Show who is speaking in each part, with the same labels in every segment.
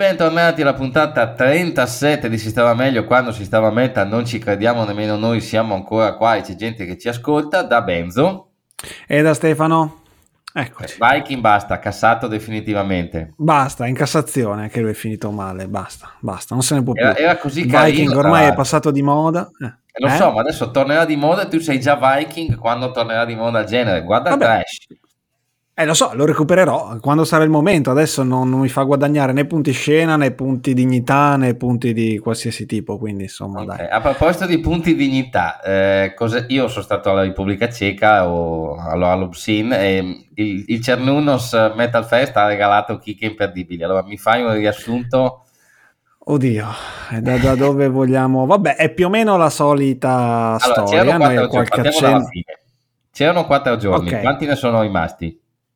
Speaker 1: bentornati alla puntata 37 di Si stava meglio quando si stava a meta, non ci crediamo nemmeno noi, siamo ancora qua e c'è gente che ci ascolta, da Benzo.
Speaker 2: E da Stefano, eccoci.
Speaker 1: Viking basta, cassato definitivamente.
Speaker 2: Basta, in Cassazione che lui è finito male, basta, non se ne può più.
Speaker 1: Era così
Speaker 2: Il
Speaker 1: carino,
Speaker 2: Viking ormai è passato di moda.
Speaker 1: Lo so, ma adesso tornerà di moda e tu sei già Viking quando tornerà di moda il genere, guarda il trash.
Speaker 2: Lo so, lo recupererò quando sarà il momento. Adesso non mi fa guadagnare né punti scena, né punti dignità, né punti di qualsiasi tipo. Quindi, insomma,
Speaker 1: Okay.
Speaker 2: dai.
Speaker 1: A proposito di punti dignità, io sono stato alla Repubblica Ceca o all'Obsin e il Cernunnos Metal Fest ha regalato chicche imperdibili. Allora mi fai un riassunto?
Speaker 2: Oddio, da dove vogliamo? Vabbè, è più o meno la solita storia.
Speaker 1: C'erano 4 giorni, partiamo dalla fine. C'erano 4 giorni,
Speaker 2: okay.
Speaker 1: Quanti ne sono rimasti?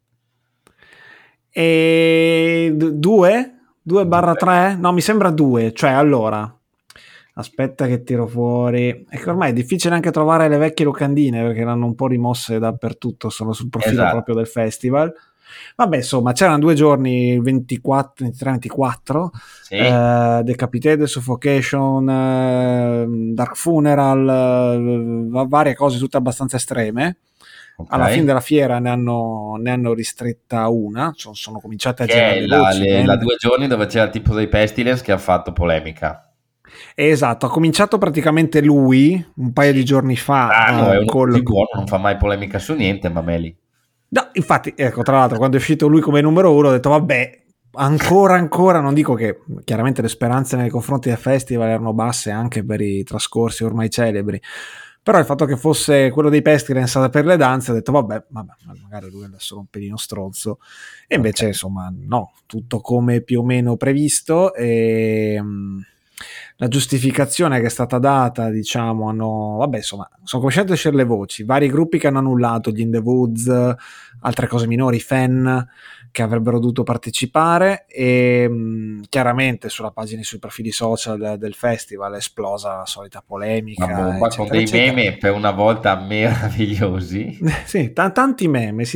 Speaker 2: E 2/3? No, mi sembra 2. Cioè, allora, aspetta che tiro fuori. È che ormai è difficile anche trovare le vecchie locandine perché l'hanno un po' rimosse dappertutto, sono sul profilo proprio del festival. Vabbè, insomma, c'erano 2 giorni, il 24, 23, 24,
Speaker 1: Sì.
Speaker 2: Decapitated, Suffocation, Dark Funeral, varie cose tutte abbastanza estreme. Okay. Alla fine della fiera ne hanno ristretta una, sono cominciate a girare le voci.
Speaker 1: La 2 giorni dove c'era il tipo dei Pestilence che ha fatto polemica.
Speaker 2: Esatto, ha cominciato praticamente lui un paio di giorni fa.
Speaker 1: No, è uno così buono, non fa mai polemica su niente, Mameli.
Speaker 2: No, infatti, ecco, tra l'altro, quando è uscito lui come numero 1 ho detto vabbè, ancora, non dico che chiaramente le speranze nei confronti del festival erano basse anche per i trascorsi ormai celebri, però il fatto che fosse quello dei Pestilence per le danze ho detto vabbè, magari lui è solo un pelino stronzo, e invece insomma no, tutto come più o meno previsto. E la giustificazione che è stata data, diciamo, sono cominciate a uscire le voci, vari gruppi che hanno annullato, gli In The Woods, altre cose minori, fan che avrebbero dovuto partecipare, e chiaramente sulla pagina, sui profili social del festival è esplosa la solita polemica,
Speaker 1: eccetera, con dei meme per una volta meravigliosi.
Speaker 2: Sì, tanti meme.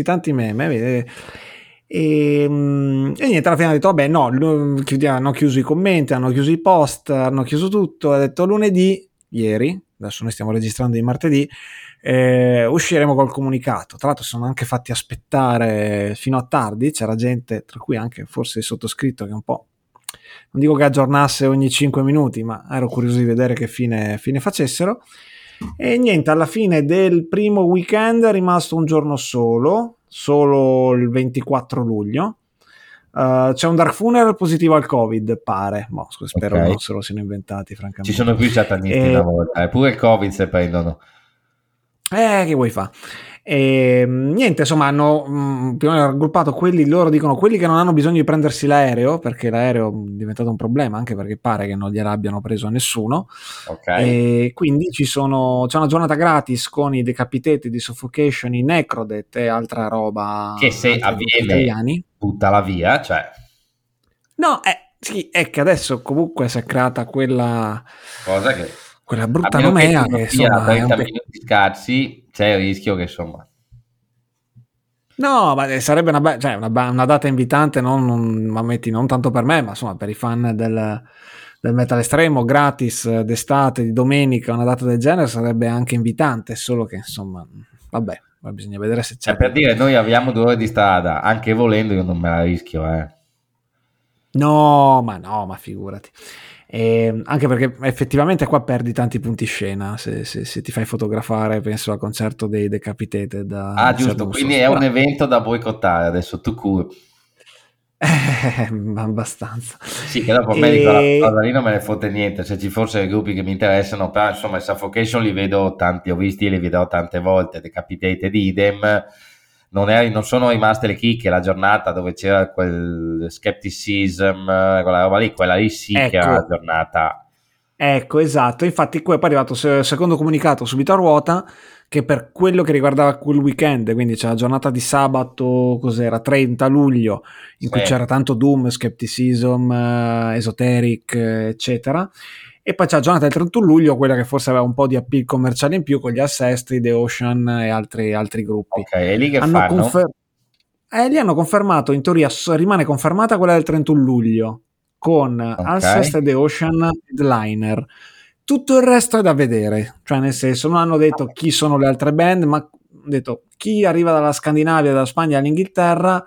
Speaker 2: E niente, alla fine ha detto vabbè, no, hanno chiuso i commenti, hanno chiuso i post, hanno chiuso tutto. Ha detto lunedì, ieri, adesso noi stiamo registrando di martedì, usciremo col comunicato. Tra l'altro sono anche fatti aspettare fino a tardi, c'era gente, tra cui anche forse il sottoscritto, che un po', non dico che aggiornasse ogni 5 minuti, ma ero curioso di vedere che fine facessero. E niente, alla fine del primo weekend è rimasto un giorno solo il 24 luglio. C'è un Dark Funeral positivo al Covid, pare. Spero non se lo siano inventati, francamente.
Speaker 1: Ci sono più satanisti una volta, pure il Covid se prendono.
Speaker 2: Che vuoi fa? Niente, insomma, hanno più o meno raggruppato quelli, loro dicono quelli che non hanno bisogno di prendersi l'aereo, perché l'aereo è diventato un problema, anche perché pare che non gliel'abbiano preso a nessuno. E quindi c'è una giornata gratis con i Decapitated, di Suffocation, i Necrodet e altra roba
Speaker 1: che se avviene buttala via, cioè
Speaker 2: no, sì, è che adesso comunque si è creata quella
Speaker 1: cosa che
Speaker 2: quella brutta nomea che insomma
Speaker 1: 30 minuti scarsi, c'è il rischio che insomma
Speaker 2: no, ma sarebbe una data invitante, non tanto per me, ma insomma per i fan del metal estremo, gratis d'estate, di domenica, una data del genere sarebbe anche invitante, solo che insomma vabbè, bisogna vedere se c'è.
Speaker 1: Per dire, noi abbiamo 2 ore di strada, anche volendo io non me la rischio,
Speaker 2: No, ma figurati. Anche perché effettivamente qua perdi tanti punti scena se ti fai fotografare, penso al concerto dei Decapitated
Speaker 1: giusto, quindi è un evento da boicottare adesso, tu curi.
Speaker 2: Abbastanza.
Speaker 1: Sì, che dopo me lì non me ne fotte niente, se ci fossero gruppi che mi interessano, però insomma i Suffocation li vedo tanti, ho visti e li vedrò tante volte, Decapitated idem. Non sono rimaste le chicche, la giornata dove c'era quel skepticism, quella roba lì, quella lì sì, ecco, che era la giornata.
Speaker 2: Ecco, esatto, infatti qui è poi arrivato il secondo comunicato subito a ruota, che per quello che riguardava quel weekend, quindi c'è la giornata di sabato, cos'era, 30 luglio, in cui c'era tanto Doom, Skepticism, Esoteric, eccetera. E poi c'è la giornata del 31 luglio, quella che forse aveva un po' di appeal commerciale in più, con gli Ancestry, The Ocean e altri gruppi.
Speaker 1: Ok, e lì che fanno?
Speaker 2: Lì hanno confermato, in teoria rimane confermata quella del 31 luglio. con
Speaker 1: Ok.
Speaker 2: Alcest e The Ocean Headliner. Tutto il resto è da vedere, cioè nel senso non hanno detto chi sono le altre band, ma hanno detto chi arriva dalla Scandinavia, dalla Spagna all'Inghilterra,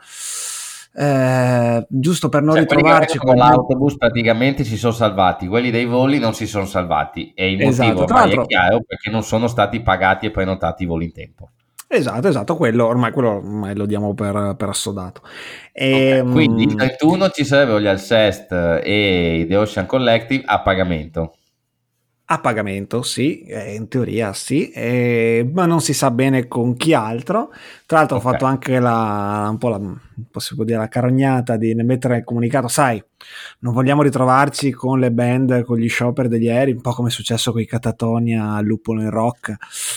Speaker 2: giusto per non
Speaker 1: Cioè, quelli che
Speaker 2: ritrovarci
Speaker 1: vengono con
Speaker 2: quel...
Speaker 1: l'autobus praticamente si sono salvati, quelli dei voli non si sono salvati e il motivo
Speaker 2: Esatto, tra
Speaker 1: ormai è
Speaker 2: l'altro,
Speaker 1: chiaro perché non sono stati pagati e prenotati i voli in tempo.
Speaker 2: esatto, quello ormai lo diamo per assodato.
Speaker 1: Ok, quindi il
Speaker 2: Ehm,
Speaker 1: 31 ci sarebbero gli Alcest e i The Ocean Collective a pagamento.
Speaker 2: A pagamento, sì, in teoria sì, ma non si sa bene con chi altro. Tra l'altro ho
Speaker 1: Ok,
Speaker 2: fatto anche un po' possiamo dire, la carognata di mettere il comunicato, sai, non vogliamo ritrovarci con le band, con gli scioperi degli aerei, un po' come è successo con i Catatonia al Luppolo in Rock.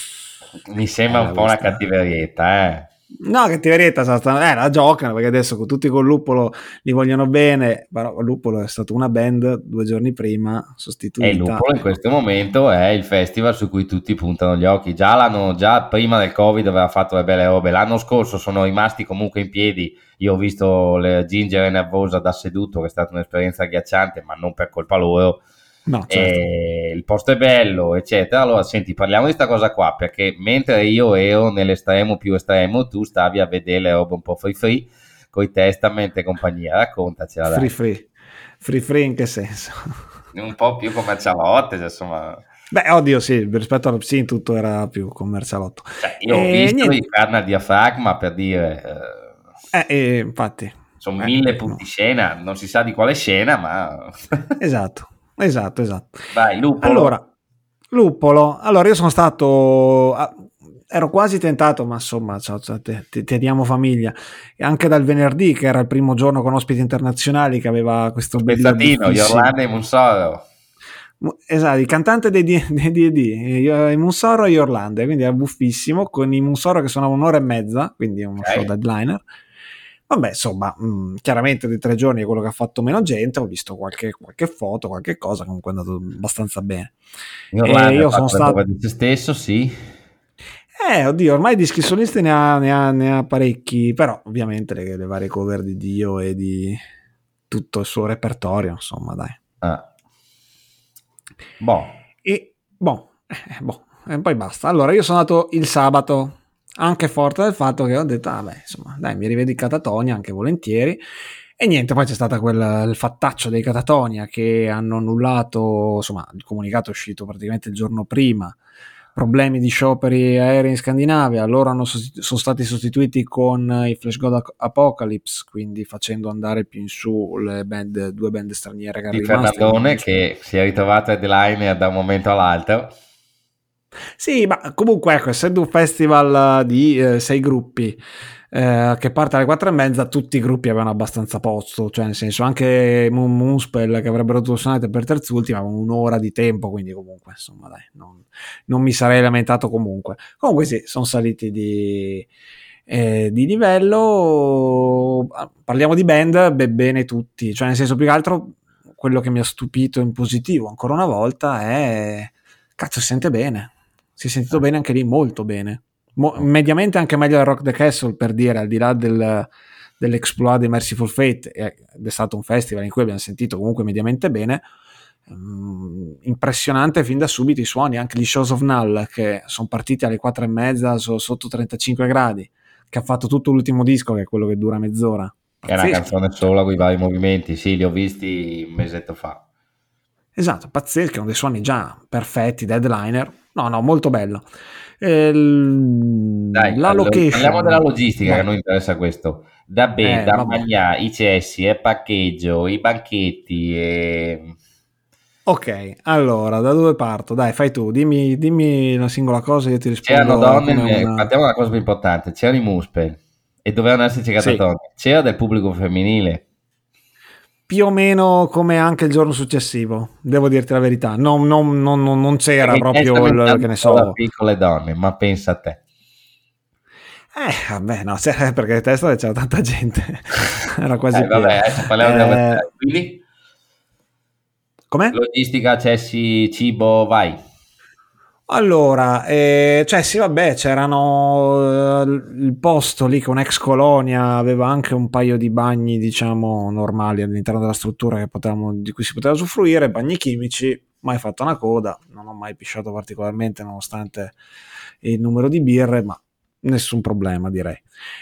Speaker 1: mi sembra un
Speaker 2: L'ho
Speaker 1: po' una
Speaker 2: vista.
Speaker 1: cattiverietta,
Speaker 2: No, cattiverietta, la giocano perché adesso tutti con Luppolo li vogliono bene, però Luppolo è stata una band 2 giorni prima
Speaker 1: E il
Speaker 2: sostituita.
Speaker 1: Luppolo in questo momento è il festival su cui tutti puntano gli occhi. Già prima del Covid aveva fatto le belle robe. L'anno scorso sono rimasti comunque in piedi. Io ho visto le Ginger e Nervosa da seduto, che è stata un'esperienza agghiacciante, ma non per colpa loro.
Speaker 2: No, certo.
Speaker 1: E il posto è bello, eccetera. Allora, senti, parliamo di questa cosa qua, perché mentre io ero nell'estremo più estremo, tu stavi a vedere le robe un po' free free, coi Testament e compagnia. Raccontacela,
Speaker 2: Free
Speaker 1: dai.
Speaker 2: free. Free free in che senso?
Speaker 1: Un po' più commercialotte, cioè, insomma.
Speaker 2: Beh, oddio, sì, rispetto allo Psin tutto era più commercialotto.
Speaker 1: Cioè, io ho
Speaker 2: E
Speaker 1: visto
Speaker 2: niente,
Speaker 1: i carne a diafragma per dire,
Speaker 2: infatti,
Speaker 1: sono 1000
Speaker 2: no.
Speaker 1: punti scena, non si sa di quale scena, ma
Speaker 2: Esatto, esatto, esatto.
Speaker 1: vai, Lupolo.
Speaker 2: Allora, Luppolo, allora io sono stato, ero quasi tentato, ma insomma, teniamo famiglia, e anche dal venerdì, che era il primo giorno con ospiti internazionali, che aveva questo bill
Speaker 1: Spezzatino,
Speaker 2: buffissimo.
Speaker 1: Iorlanda e Munsoro.
Speaker 2: Esatto, il cantante dei D&D, i Munsoro e gli Orlando, quindi era buffissimo, con i Munsoro che suonavano un'ora e mezza, quindi uno show
Speaker 1: Ok.
Speaker 2: deadliner. Vabbè, insomma, chiaramente di 3 giorni è quello che ha fatto meno gente, ho visto qualche foto, qualche cosa, comunque è andato abbastanza bene. E
Speaker 1: Iorlanda ha
Speaker 2: io sono
Speaker 1: fatto le prove
Speaker 2: stato...
Speaker 1: di se stesso, sì.
Speaker 2: Oddio, ormai dischi solisti ne ha parecchi, però ovviamente le varie cover di Dio e di tutto il suo repertorio, insomma, dai.
Speaker 1: Ah. Boh,
Speaker 2: E poi basta. Allora, io sono andato il sabato, anche forte del fatto che ho detto, beh, insomma, dai, mi rivedi Catatonia anche volentieri. E niente, poi c'è stato il fattaccio dei Catatonia che hanno annullato, insomma, il comunicato è uscito praticamente il giorno prima. Problemi di scioperi aerei in Scandinavia, loro sono stati sostituiti con i Flash God Apocalypse, quindi facendo andare più in su due band straniere che erano
Speaker 1: di
Speaker 2: rimaste, quindi
Speaker 1: Fernandone che si è ritrovato headliner da un momento all'altro.
Speaker 2: sì, ma comunque ecco, essendo un festival di 6 gruppi che parte alle 4:30, tutti i gruppi avevano abbastanza posto, cioè nel senso anche Moonspell che avrebbero dovuto suonare per terzultima avevano un'ora di tempo, quindi comunque insomma dai, non mi sarei lamentato comunque. Comunque sì, sono saliti di livello, parliamo di band, bene tutti, cioè nel senso più che altro quello che mi ha stupito in positivo ancora una volta è cazzo si sente bene, si è sentito bene anche lì, molto bene.
Speaker 1: Ok.
Speaker 2: Mediamente anche meglio del Rock the Castle, per dire, al di là dell'exploit di Merciful Fate, ed è stato un festival in cui abbiamo sentito comunque mediamente bene. Impressionante fin da subito i suoni, anche gli Shows of Null che sono partiti alle 4:30 sotto 35 gradi, che ha fatto tutto l'ultimo disco che è quello che dura mezz'ora,
Speaker 1: Che è una
Speaker 2: pazzeschi.
Speaker 1: canzone sola con i vari movimenti, sì, li ho visti un mesetto fa.
Speaker 2: Esatto, pazzeschi, hanno dei suoni già perfetti, deadliner. No, no, molto bello.
Speaker 1: Dai,
Speaker 2: La
Speaker 1: allora, parliamo della
Speaker 2: location,
Speaker 1: logistica che a
Speaker 2: vai.
Speaker 1: noi interessa questo. Da bere, da
Speaker 2: Vabbè.
Speaker 1: mangiare, i cessi, il parcheggio, i banchetti.
Speaker 2: Ok, allora, da dove parto? Dai, fai tu, dimmi una singola cosa e io ti
Speaker 1: C'erano
Speaker 2: rispondo
Speaker 1: donne,
Speaker 2: come una...
Speaker 1: partiamo da una cosa più importante, c'erano i Muspel e dovevano esserci
Speaker 2: Sì,
Speaker 1: cantautori. C'era del pubblico femminile,
Speaker 2: più o meno come anche il giorno successivo, devo dirti la verità. Non
Speaker 1: perché
Speaker 2: c'era
Speaker 1: i
Speaker 2: proprio
Speaker 1: Testament hanno
Speaker 2: che ne
Speaker 1: solo
Speaker 2: so...
Speaker 1: piccole donne, ma pensa a te.
Speaker 2: Vabbè, no, perché a testa c'era tanta gente, era quasi
Speaker 1: Vabbè,
Speaker 2: pieno.
Speaker 1: adesso parliamo di
Speaker 2: Eh,
Speaker 1: avversari. Quindi,
Speaker 2: com'è?
Speaker 1: logistica, cessi, cibo, vai.
Speaker 2: Allora, cioè sì, vabbè, c'erano il posto lì con ex colonia, aveva anche un paio di bagni, diciamo, normali all'interno della struttura di cui si poteva usufruire, bagni chimici, mai fatto una coda, non ho mai pisciato particolarmente nonostante il numero di birre, ma nessun problema direi.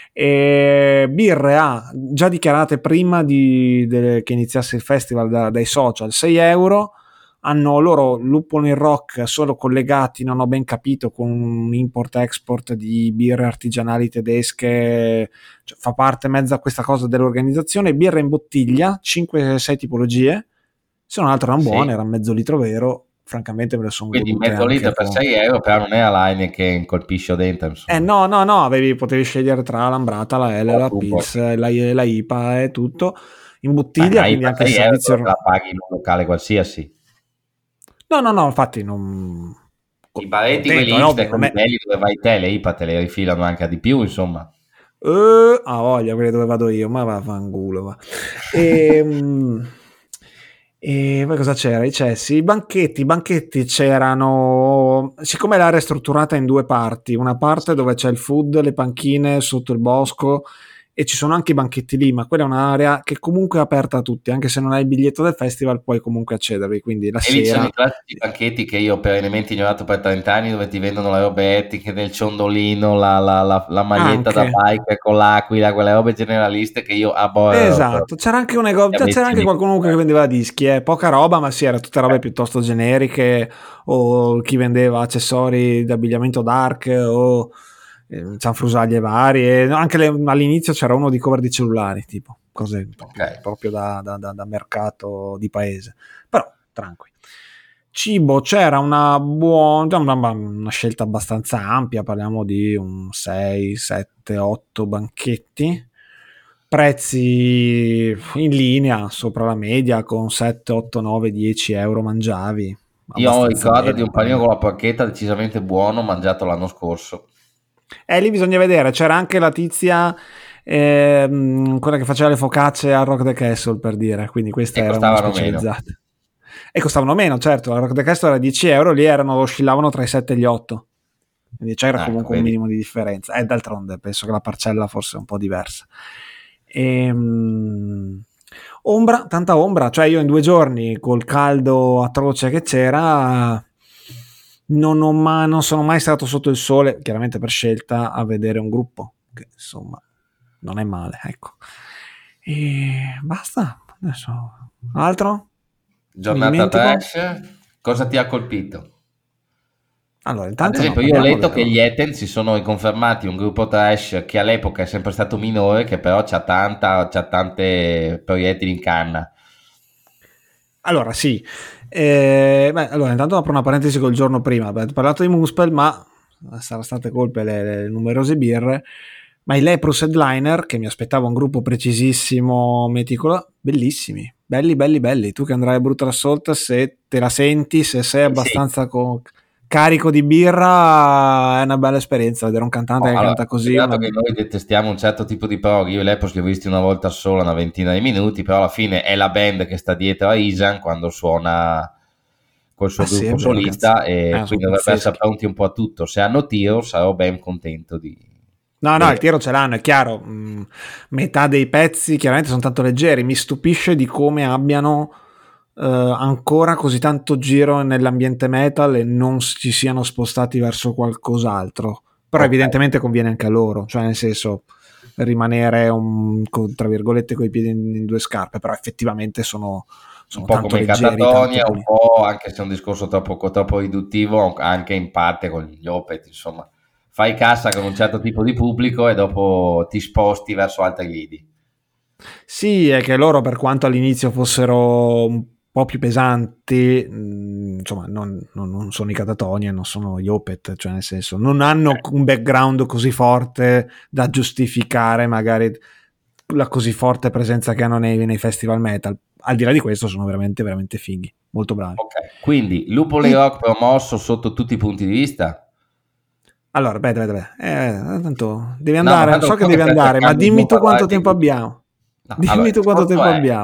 Speaker 2: E birre già dichiarate prima che iniziasse il festival dai social, 6 euro. Hanno loro Lupolo in Rock solo collegati, non ho ben capito, con un import-export di birre artigianali tedesche, cioè, fa parte mezzo a questa cosa dell'organizzazione. Birra in bottiglia, 5-6 tipologie, se non altro erano buone,
Speaker 1: Sì.
Speaker 2: era mezzo litro vero, francamente me le sono
Speaker 1: Quindi
Speaker 2: godute
Speaker 1: mezzo
Speaker 2: anche
Speaker 1: litro per
Speaker 2: con...
Speaker 1: 6 euro, però non è la Heineken col piscio dentro, insomma.
Speaker 2: No, no, no, potevi scegliere tra l'Ambrata, la L,
Speaker 1: O
Speaker 2: la
Speaker 1: tu poi.
Speaker 2: Pils, la IPA e tutto, in
Speaker 1: Beh,
Speaker 2: bottiglia,
Speaker 1: ma
Speaker 2: quindi
Speaker 1: IVA
Speaker 2: anche il
Speaker 1: 6 euro dove te la
Speaker 2: servizio...
Speaker 1: paghi in un locale qualsiasi.
Speaker 2: No, no, no, infatti non...
Speaker 1: I baretti,
Speaker 2: Contento,
Speaker 1: quelli
Speaker 2: è
Speaker 1: hipster,
Speaker 2: ovvio, non
Speaker 1: quelli
Speaker 2: è...
Speaker 1: belli dove vai te, le IPA te le rifilano anche di più, insomma.
Speaker 2: Voglia, quelle dove vado io, ma vaffanculo, va. E, e poi cosa c'era? I cessi, i banchetti c'erano, siccome l'area è strutturata in due parti, una parte dove c'è il food, le panchine sotto il bosco e ci sono anche i banchetti lì, ma quella è un'area che comunque è aperta a tutti, anche se non hai il biglietto del festival puoi comunque accedervi, quindi la
Speaker 1: E lì ci sono
Speaker 2: sera...
Speaker 1: i classici banchetti che io ho perennemente ignorato per 30 anni, dove ti vendono le robe etiche del ciondolino, la maglietta da
Speaker 2: Anche,
Speaker 1: biker con l'aquila, quelle robe generaliste che io aborro
Speaker 2: esatto,
Speaker 1: proprio.
Speaker 2: c'era anche,
Speaker 1: Gli
Speaker 2: c'era anche
Speaker 1: avvicini
Speaker 2: qualcuno che vendeva dischi, poca roba, ma sì, era tutte robe piuttosto generiche, o chi vendeva accessori d'abbigliamento dark, o cianfrusaglie varie, no, anche all'inizio c'era uno di cover di cellulari, tipo, cose
Speaker 1: Ok.
Speaker 2: proprio da mercato di paese, però tranqui. Cibo, c'era una scelta abbastanza ampia, parliamo di un 6, 7, 8 banchetti, prezzi in linea sopra la media con 7, 8, 9, 10 euro mangiavi
Speaker 1: Io ho un
Speaker 2: abbastanza
Speaker 1: ricordo di
Speaker 2: bene,
Speaker 1: un panino
Speaker 2: parliamo.
Speaker 1: con la porchetta decisamente buono, mangiato l'anno scorso,
Speaker 2: Lì bisogna vedere, c'era anche la tizia, quella che faceva le focacce al Rock the Castle, per dire, quindi questa
Speaker 1: e
Speaker 2: era una
Speaker 1: costavano meno.
Speaker 2: specializzata. E costavano meno, certo, la Rock the Castle era 10 euro, lì oscillavano tra i 7 e gli 8. Quindi c'era
Speaker 1: Ecco,
Speaker 2: comunque un
Speaker 1: vedi.
Speaker 2: minimo di differenza. E d'altronde penso che la parcella fosse un po' diversa. Ombra, tanta ombra, cioè io in 2 giorni col caldo atroce che c'era non sono mai stato sotto il sole, chiaramente per scelta, a vedere un gruppo, che insomma non è male, ecco. E basta, adesso altro? Mi
Speaker 1: Giornata
Speaker 2: dimentico?
Speaker 1: trash, cosa ti ha colpito?
Speaker 2: Allora,
Speaker 1: Ad
Speaker 2: intanto no,
Speaker 1: esempio, io ho
Speaker 2: parliamo
Speaker 1: letto che gli Eten si sono riconfermati un gruppo trash che all'epoca è sempre stato minore, che però c'ha tante proiettili in canna.
Speaker 2: Allora, sì. Allora, intanto apro una parentesi col giorno prima. Abbiamo parlato di Muspel, ma sarà state colpe le numerose birre. Ma i Leprous Headliner, che mi aspettava un gruppo precisissimo, meticolo, bellissimi. Belli, belli, belli. Tu che andrai a Brutal Assault, se te la senti, se sei
Speaker 1: Sì.
Speaker 2: abbastanza carico di birra, è una bella esperienza vedere un cantante
Speaker 1: Oh,
Speaker 2: che
Speaker 1: allora,
Speaker 2: canta così.
Speaker 1: considerato che noi detestiamo un certo tipo di prog, io e Lepros li ho visti una volta sola, una ventina di minuti, però alla fine è la band che sta dietro a Isan quando suona col suo
Speaker 2: Ah sì, è
Speaker 1: gruppo
Speaker 2: vero, cazzo.
Speaker 1: solista e
Speaker 2: Sono
Speaker 1: quindi dovrebbe essere
Speaker 2: pazzeschi.
Speaker 1: pronti un po' a tutto. Se hanno tiro sarò ben contento di
Speaker 2: No, no, il
Speaker 1: vedere.
Speaker 2: tiro ce l'hanno, è chiaro. Metà dei pezzi chiaramente sono tanto leggeri. Mi stupisce di come abbiano ancora così tanto giro nell'ambiente metal e non si siano spostati verso qualcos'altro. Però
Speaker 1: Ok,
Speaker 2: evidentemente conviene anche a loro, cioè nel senso rimanere tra virgolette coi piedi in due scarpe, però effettivamente
Speaker 1: un
Speaker 2: sono
Speaker 1: po'
Speaker 2: tanto
Speaker 1: come i
Speaker 2: leggeri, tanto
Speaker 1: Catatonia, un
Speaker 2: puliti.
Speaker 1: po' anche se è un discorso troppo riduttivo, anche in parte con gli Opeth, insomma. Fai cassa con un certo tipo di pubblico e dopo ti sposti verso altri lidi.
Speaker 2: Sì, è che loro, per quanto all'inizio fossero un po' più pesanti, insomma, non sono i Catatonia, non sono gli Opeth, cioè nel senso, non hanno un background così forte da giustificare magari la così forte presenza che hanno nei festival metal. Al di là di questo, sono veramente, veramente fighi, molto bravi.
Speaker 1: Ok, quindi Lupoli Rock promosso sotto tutti i punti di vista?
Speaker 2: Allora, aspetta, tanto devi
Speaker 1: No, ma
Speaker 2: andare,
Speaker 1: tanto
Speaker 2: so
Speaker 1: lo
Speaker 2: che
Speaker 1: so che
Speaker 2: devi
Speaker 1: stai
Speaker 2: andare, ma
Speaker 1: cercando di
Speaker 2: dimmi
Speaker 1: non
Speaker 2: tu
Speaker 1: parlare
Speaker 2: quanto
Speaker 1: di
Speaker 2: tempo
Speaker 1: gruppi.
Speaker 2: abbiamo.
Speaker 1: No, allora,
Speaker 2: Dimmi
Speaker 1: il
Speaker 2: tu quanto
Speaker 1: discorso
Speaker 2: tempo
Speaker 1: è,
Speaker 2: abbiamo.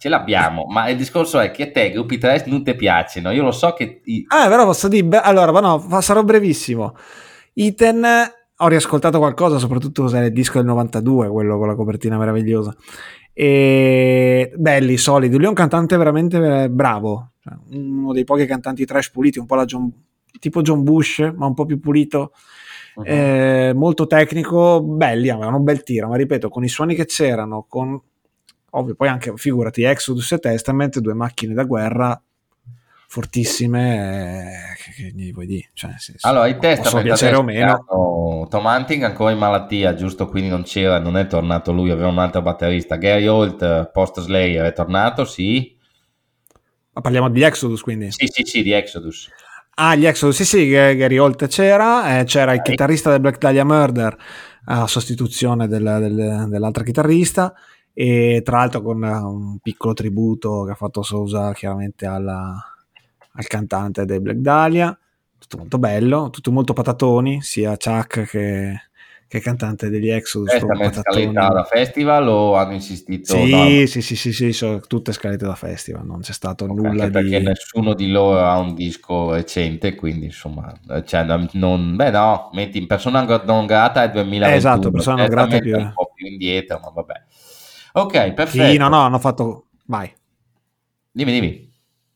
Speaker 1: ce l'abbiamo, ma il discorso è che a te i gruppi trash non ti piacciono. Io lo so che
Speaker 2: Però posso dire, allora, ma no, sarò brevissimo. Iten, ho riascoltato qualcosa, soprattutto cos'era il disco del 92, quello con la copertina meravigliosa. E belli, solidi. Lui è un cantante veramente bravo, cioè, uno dei pochi cantanti trash puliti, un po' tipo John Bush, ma un po' più pulito. Molto tecnico, belli, avevano un bel tiro, ma ripeto, con i suoni che c'erano, con ovvio, poi anche, figurati, Exodus e Testament, due macchine da guerra fortissime, che gli vuoi dire? Cioè,
Speaker 1: allora, i
Speaker 2: possono
Speaker 1: Testament
Speaker 2: piacere o
Speaker 1: adesso
Speaker 2: meno.
Speaker 1: hanno Tom Hunting ancora in malattia, giusto? Quindi non c'era, non è tornato lui, aveva un altro batterista. Gary Holt, post Slayer, è tornato, sì.
Speaker 2: Ma parliamo di Exodus, quindi.
Speaker 1: Sì, sì, sì, di Exodus.
Speaker 2: Gli Exodus, sì, Gary Holt c'era il
Speaker 1: Ok.
Speaker 2: chitarrista del Black Dahlia Murder a sostituzione dell'altra chitarrista, e tra l'altro con un piccolo tributo che ha fatto Sousa chiaramente al cantante dei Black Dahlia. Tutto molto bello, tutto molto patatoni, sia Chuck che cantante degli Exodus, proprio
Speaker 1: Testament scaletta
Speaker 2: patatoni.
Speaker 1: da festival o hanno insistito? No,
Speaker 2: Sì, sono tutte scalette da festival, non c'è stato
Speaker 1: ok,
Speaker 2: nulla
Speaker 1: anche perché
Speaker 2: di...
Speaker 1: nessuno di loro ha un disco recente, quindi insomma, cioè, beh no, metti in persona non grata è
Speaker 2: esatto,
Speaker 1: 2021,
Speaker 2: persone non grate
Speaker 1: Testament
Speaker 2: più.
Speaker 1: è un po' più indietro, ma vabbè. Ok,
Speaker 2: Sì, no,
Speaker 1: perfetto.
Speaker 2: hanno fatto... Vai.
Speaker 1: Dimmi, dimmi.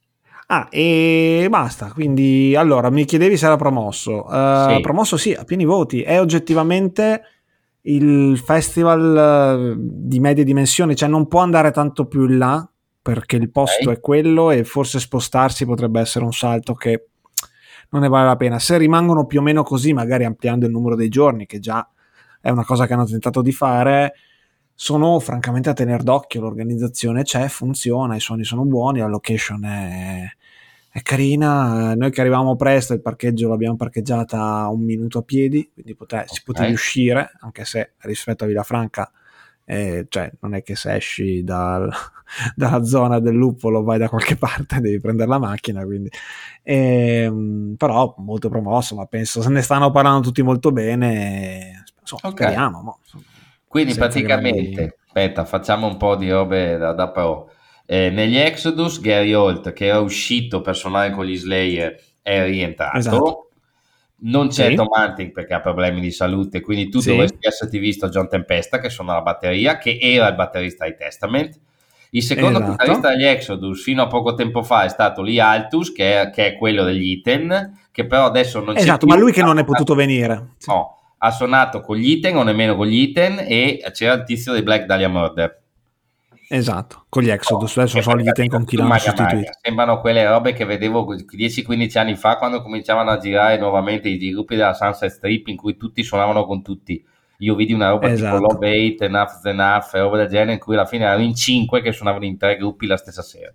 Speaker 2: E basta. Quindi, allora, mi chiedevi se era promosso.
Speaker 1: Sì,
Speaker 2: Promosso sì, a pieni voti. È oggettivamente il festival di medie dimensioni, cioè non può andare tanto più in là perché il posto
Speaker 1: ok.
Speaker 2: è quello e forse spostarsi potrebbe essere un salto che non ne vale la pena. Se rimangono più o meno così, magari ampliando il numero dei giorni, che già è una cosa che hanno tentato di fare, sono francamente a tenere d'occhio. L'organizzazione c'è, funziona, i suoni sono buoni, la location è carina. Noi che arrivavamo presto, il parcheggio l'abbiamo parcheggiata a un minuto a piedi, quindi si potevi
Speaker 1: Ok.
Speaker 2: uscire, anche se rispetto a Villafranca, cioè non è che se esci dalla zona del Luppolo vai da qualche parte, devi prendere la macchina, quindi però molto promosso, ma penso se ne stanno parlando tutti molto bene, insomma,
Speaker 1: Ok.
Speaker 2: speriamo, mo,
Speaker 1: Quindi
Speaker 2: senza grandi...
Speaker 1: praticamente, aspetta, facciamo un po' di robe da pro. Negli Exodus, Gary Holt, che era uscito per suonare con gli Slayer, è
Speaker 2: Esatto,
Speaker 1: rientrato. Non c'è
Speaker 2: sì,
Speaker 1: Tom Hunting perché ha problemi di salute, quindi tu
Speaker 2: sì,
Speaker 1: dovresti esserti visto John Tempesta, che suona la batteria, che era il batterista di Testament. Il secondo chitarrista
Speaker 2: esatto,
Speaker 1: degli Exodus, fino a poco tempo fa, è stato Lee Altus, che è quello degli Iten, che però adesso non c'è
Speaker 2: esatto,
Speaker 1: più.
Speaker 2: ma lui che non è potuto venire, sì.
Speaker 1: No, ha suonato con gli Iten o nemmeno con gli Iten e c'era il tizio dei Black Dahlia Murder.
Speaker 2: Esatto, con gli Exodus, adesso
Speaker 1: Che
Speaker 2: non so gli ten
Speaker 1: praticamente
Speaker 2: con chi
Speaker 1: tutto
Speaker 2: l'hanno
Speaker 1: magna magna.
Speaker 2: sostituito.
Speaker 1: Sembrano quelle robe che vedevo 10-15 anni fa quando cominciavano a girare nuovamente i gruppi della Sunset Strip in cui tutti suonavano con tutti. Io vidi una roba tipo
Speaker 2: Esatto.
Speaker 1: Love Hate, Enough is Enough e roba del genere in cui alla fine erano in 5 che suonavano in 3 gruppi la stessa sera.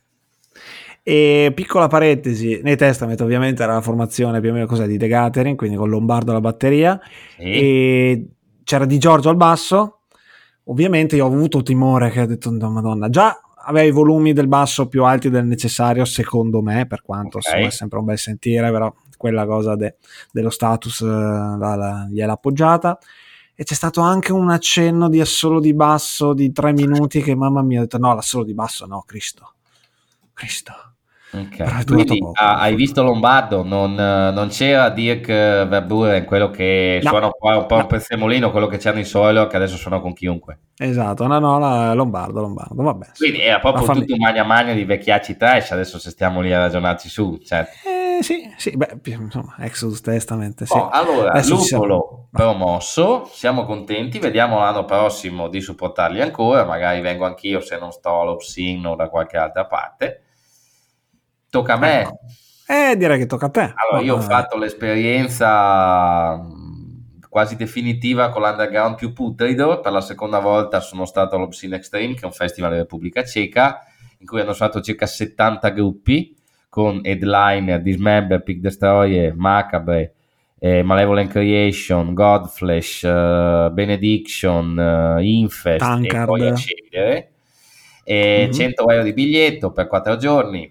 Speaker 2: E piccola parentesi, nei Testament ovviamente era la formazione più o meno cos'è, di The Gathering, quindi con Lombardo alla batteria,
Speaker 1: Sì,
Speaker 2: e c'era Di Giorgio al basso. Ovviamente io ho avuto timore, che ho detto no, Madonna, già aveva i volumi del basso più alti del necessario secondo me, per quanto insomma è
Speaker 1: ok.
Speaker 2: sempre un bel sentire, però quella cosa dello status gliel'ha appoggiata. E c'è stato anche un accenno di assolo di basso di 3 minuti che mamma mia, ho detto no, l'assolo di basso no, Cristo. Però
Speaker 1: Ok,
Speaker 2: è durato
Speaker 1: quindi
Speaker 2: poco, per
Speaker 1: hai
Speaker 2: fortuna.
Speaker 1: visto Lombardo, non c'era Dirk Verburen, quello che
Speaker 2: No,
Speaker 1: suona un po' un
Speaker 2: no,
Speaker 1: prezzemolino, quello che c'era in solo, che adesso suona con chiunque.
Speaker 2: esatto, no, Lombardo, vabbè,
Speaker 1: Quindi era
Speaker 2: la
Speaker 1: proprio
Speaker 2: famiglia.
Speaker 1: tutto un magna magna di vecchiacci trash, adesso se stiamo lì a ragionarci su, certo.
Speaker 2: Sì, beh, insomma, Exodus Testament, sì.
Speaker 1: Oh, allora,
Speaker 2: Adesso ci siamo.
Speaker 1: Lupolo promosso, siamo contenti, vediamo l'anno prossimo di supportarli ancora, magari vengo anch'io se non sto all'Obsin o da qualche altra parte. Tocca a me.
Speaker 2: Ecco. Direi che tocca a te.
Speaker 1: Allora, io ho
Speaker 2: Ma,
Speaker 1: fatto l'esperienza quasi definitiva con l'underground più putrido, per la seconda volta sono stato all'Obscene Extreme, che è un festival in Repubblica Ceca, in cui hanno suonato circa 70 gruppi, con headliner, Dismember, Pig Destroyer, Macabre, Malevolent Creation, Godflesh, Benediction, Infest e
Speaker 2: Tankard.
Speaker 1: poi a scendere. E
Speaker 2: Mhm.
Speaker 1: 100 euro di biglietto per 4 giorni.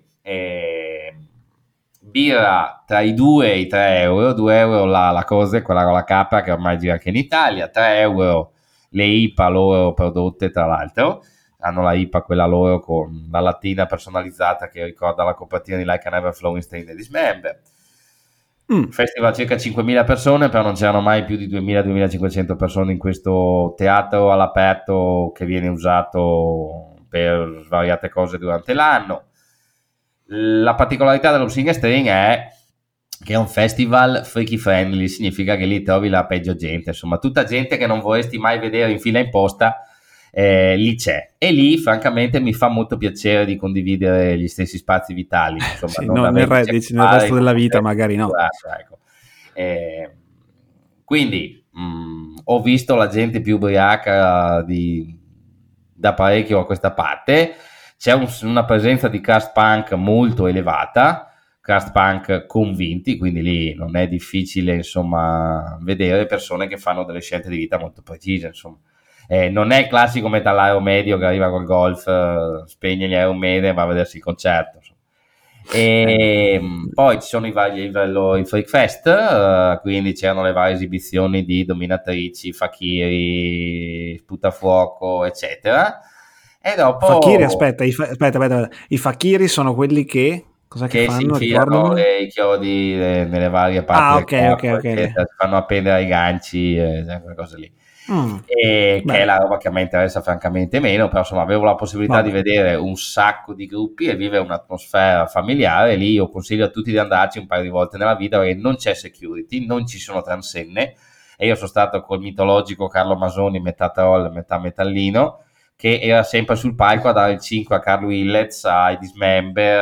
Speaker 1: Birra tra i 2 e i 3 euro, 2 euro la cosa, quella con la capra che ormai gira anche in Italia, 3 euro le IPA loro prodotte tra l'altro. hanno la IPA quella loro con la lattina personalizzata che ricorda la copertina di Like a Never Flowing Stain e Dismember. Festival circa 5.000 persone, però non c'erano mai più di 2.000-2.500 persone in questo teatro all'aperto che viene usato per svariate cose durante l'anno. La particolarità dello Singer String è che è un festival freaky friendly, significa che lì trovi la peggio gente, insomma tutta gente che non vorresti mai vedere in fila in posta, lì c'è, e lì francamente mi fa molto piacere di condividere gli stessi spazi vitali, insomma,
Speaker 2: sì, nel resto della vita magari no.
Speaker 1: Ecco. Quindi ho visto la gente più ubriaca da parecchio a questa parte. C'è una presenza di crust punk molto elevata, crust punk convinti, quindi lì non è difficile insomma vedere persone che fanno delle scelte di vita molto precise, insomma. Non è il classico metallaro medio che arriva col golf, spegne gli Iron Maiden e va a vedersi il concerto, insomma. E poi ci sono i Freak Fest, quindi c'erano le varie esibizioni di dominatrici, fakiri, sputafuoco, eccetera. E dopo
Speaker 2: fakiri, aspetta, i fakiri sono quelli che cosa che fanno?
Speaker 1: Si infilano i chiodi nelle varie parti del corpo, eccetera, si fanno appendere ai ganci, quelle cose lì. Che è la roba che a me interessa francamente meno, però insomma avevo la possibilità di vedere un sacco di gruppi e vivere un'atmosfera familiare. Lì io consiglio a tutti di andarci un paio di volte nella vita, perché non c'è security, non ci sono transenne, e io sono stato col mitologico Carlo Masoni, metà troll, metà metallino, che era sempre sul palco a dare il 5 a Carlo Illets, ai Dismember,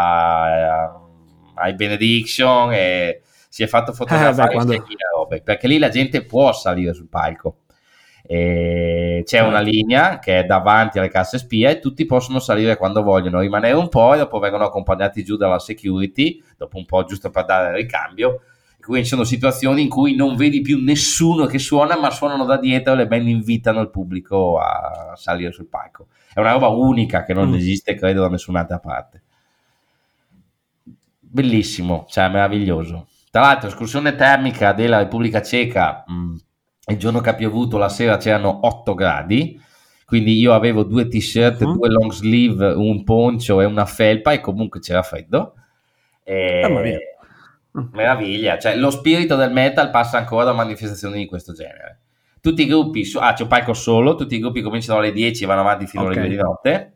Speaker 1: ai Benediction, e si è fatto fotografare robe, perché lì la gente può salire sul palco. C'è una linea che è davanti alle casse spia e tutti possono salire quando vogliono, rimanere un po' e dopo vengono accompagnati giù dalla security dopo un po', giusto per dare il ricambio. Quindi ci sono situazioni in cui non vedi più nessuno che suona, ma suonano da dietro e le band invitano il pubblico a salire sul palco. È una roba unica che non esiste, credo, da nessun'altra parte. Bellissimo, cioè meraviglioso. Tra l'altro, escursione termica della Repubblica Ceca, il giorno che ha piovuto la sera c'erano 8 gradi, quindi io avevo 2 t-shirt, 2 long sleeve, un poncho e una felpa, e comunque c'era freddo. Meraviglia, cioè lo spirito del metal passa ancora da manifestazioni di questo genere. Tutti i gruppi, c'è un palco solo, tutti i gruppi cominciano alle 10 e vanno avanti fino alle 2 di notte,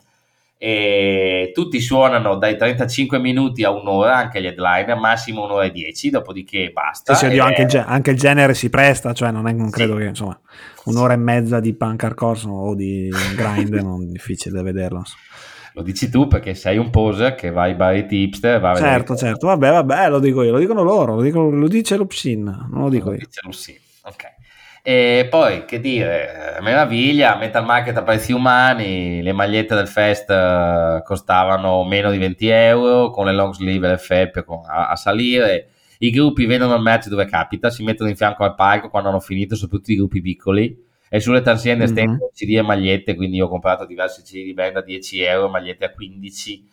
Speaker 1: e tutti suonano dai 35 minuti a un'ora, anche gli headliner, massimo un'ora e 10, dopodiché basta.
Speaker 2: Sì, anche il genere si presta, cioè non credo che insomma un'ora e mezza di punk hardcore o di grind non è difficile da vederlo.
Speaker 1: Lo dici tu perché sei un poser che va ai bar hipster, va a
Speaker 2: certo, vabbè, lo dico io, lo dicono loro, lo dice l'Upsin, non lo dico io.
Speaker 1: Dice l'Upsin, ok. E poi, che dire, meraviglia, Metal Market a prezzi umani, le magliette del fest costavano meno di 20 euro, con le long sleeve e le felpe a salire. I gruppi vendono il merch dove capita, si mettono in fianco al palco quando hanno finito, soprattutto i gruppi piccoli, e sulle tarsiende stendono CD e magliette, quindi io ho comprato diversi CD di band a 10 euro, magliette a 15.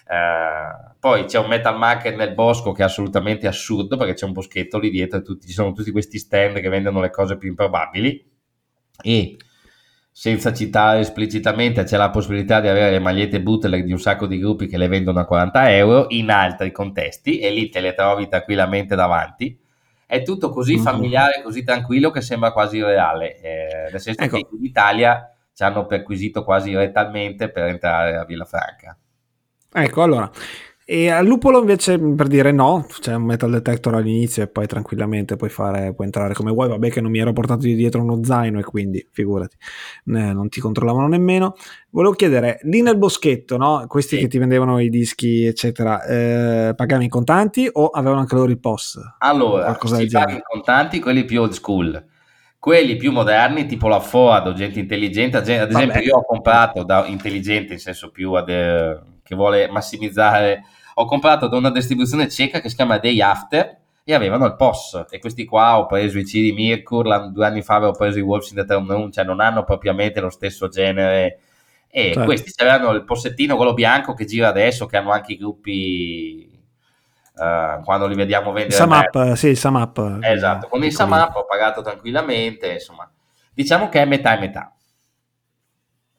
Speaker 1: Poi c'è un Metal Market nel bosco che è assolutamente assurdo, perché c'è un boschetto lì dietro e ci sono tutti questi stand che vendono le cose più improbabili, e senza citare esplicitamente c'è la possibilità di avere le magliette bootleg di un sacco di gruppi che le vendono a 40 euro in altri contesti, e lì te le trovi tranquillamente davanti. È tutto così familiare, così tranquillo, che sembra quasi reale, nel senso che in Italia ci hanno perquisito quasi retalmente per entrare a Villafranca.
Speaker 2: Ecco, allora, e al Lupolo invece, per dire no, c'è un metal detector all'inizio e poi tranquillamente puoi entrare come vuoi. Vabbè che non mi ero portato dietro uno zaino e quindi figurati, non ti controllavano nemmeno. Volevo chiedere, lì nel boschetto, no? Questi che ti vendevano i dischi eccetera, pagavi in contanti o avevano anche loro il POS?
Speaker 1: Allora, si paga in contanti quelli più old school. Quelli più moderni, tipo la Ford o gente intelligente, ad esempio io ho comprato da intelligente, in senso più che vuole massimizzare, ho comprato da una distribuzione ceca che si chiama Day After e avevano il POS, e questi qua ho preso i CD Mirkur, 2 anni fa avevo preso i Wolves in the Throne Room, cioè non hanno propriamente lo stesso genere, e questi avevano il possettino, quello bianco che gira adesso, che hanno anche i gruppi... quando li vediamo vendere
Speaker 2: il Samap,
Speaker 1: esatto, con il Samap ho pagato tranquillamente, insomma diciamo che è metà e metà.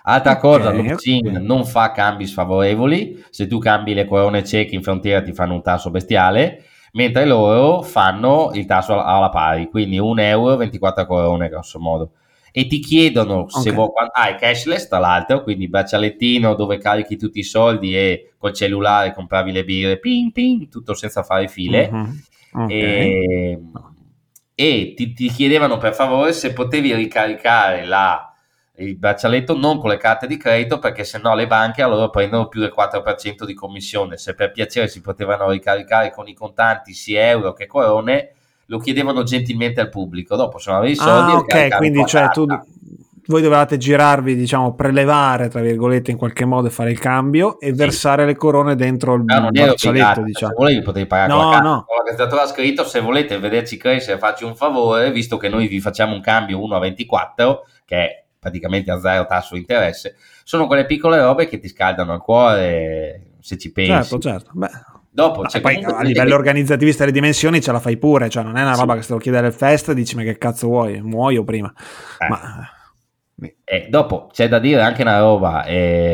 Speaker 1: Altra cosa, l'Obscene
Speaker 2: ok.
Speaker 1: non fa cambi sfavorevoli, se tu cambi le corone cieche in frontiera ti fanno un tasso bestiale, mentre loro fanno il tasso alla pari, quindi 1 euro 24 corone grosso modo. E ti chiedono se
Speaker 2: Ok.
Speaker 1: vuoi, hai cashless tra l'altro, quindi braccialettino dove carichi tutti i soldi e col cellulare compravi le birre, ping ping, tutto senza fare file.
Speaker 2: Mhm. Ok.
Speaker 1: E,
Speaker 2: No.
Speaker 1: e ti chiedevano per favore se potevi ricaricare il braccialetto non con le carte di credito, perché sennò le banche allora prendono più del 4% di commissione. Se per piacere si potevano ricaricare con i contanti sia euro che corone, lo chiedevano gentilmente al pubblico. Dopo se non avevi i soldi
Speaker 2: Ah, ok,
Speaker 1: ricaricavi
Speaker 2: quindi
Speaker 1: tua
Speaker 2: cioè
Speaker 1: carta.
Speaker 2: voi dovevate girarvi, diciamo, prelevare, tra virgolette, in qualche modo e fare il cambio e
Speaker 1: Sì,
Speaker 2: versare le corone dentro il
Speaker 1: però non eri
Speaker 2: braccialetto,
Speaker 1: obbligato, cioè, se
Speaker 2: diciamo.
Speaker 1: volevi potevi pagare con la
Speaker 2: No,
Speaker 1: carta.
Speaker 2: no.
Speaker 1: Con la gazzetta ha scritto: se volete vederci crescere facci un favore, visto che noi vi facciamo un cambio 1 a 24, che è praticamente a zero tasso di interesse. Sono quelle piccole robe che ti scaldano il cuore, se ci
Speaker 2: Certo,
Speaker 1: pensi.
Speaker 2: certo. Beh.
Speaker 1: Dopo
Speaker 2: No, e
Speaker 1: c'è
Speaker 2: poi
Speaker 1: comunque
Speaker 2: a
Speaker 1: gente
Speaker 2: livello
Speaker 1: che...
Speaker 2: organizzativo, viste le dimensioni, ce la fai pure, cioè non è una roba
Speaker 1: Sì,
Speaker 2: che se te lo chiede il fest e dici ma che cazzo vuoi, muoio prima.
Speaker 1: eh.
Speaker 2: Ma
Speaker 1: Dopo c'è da dire anche una roba,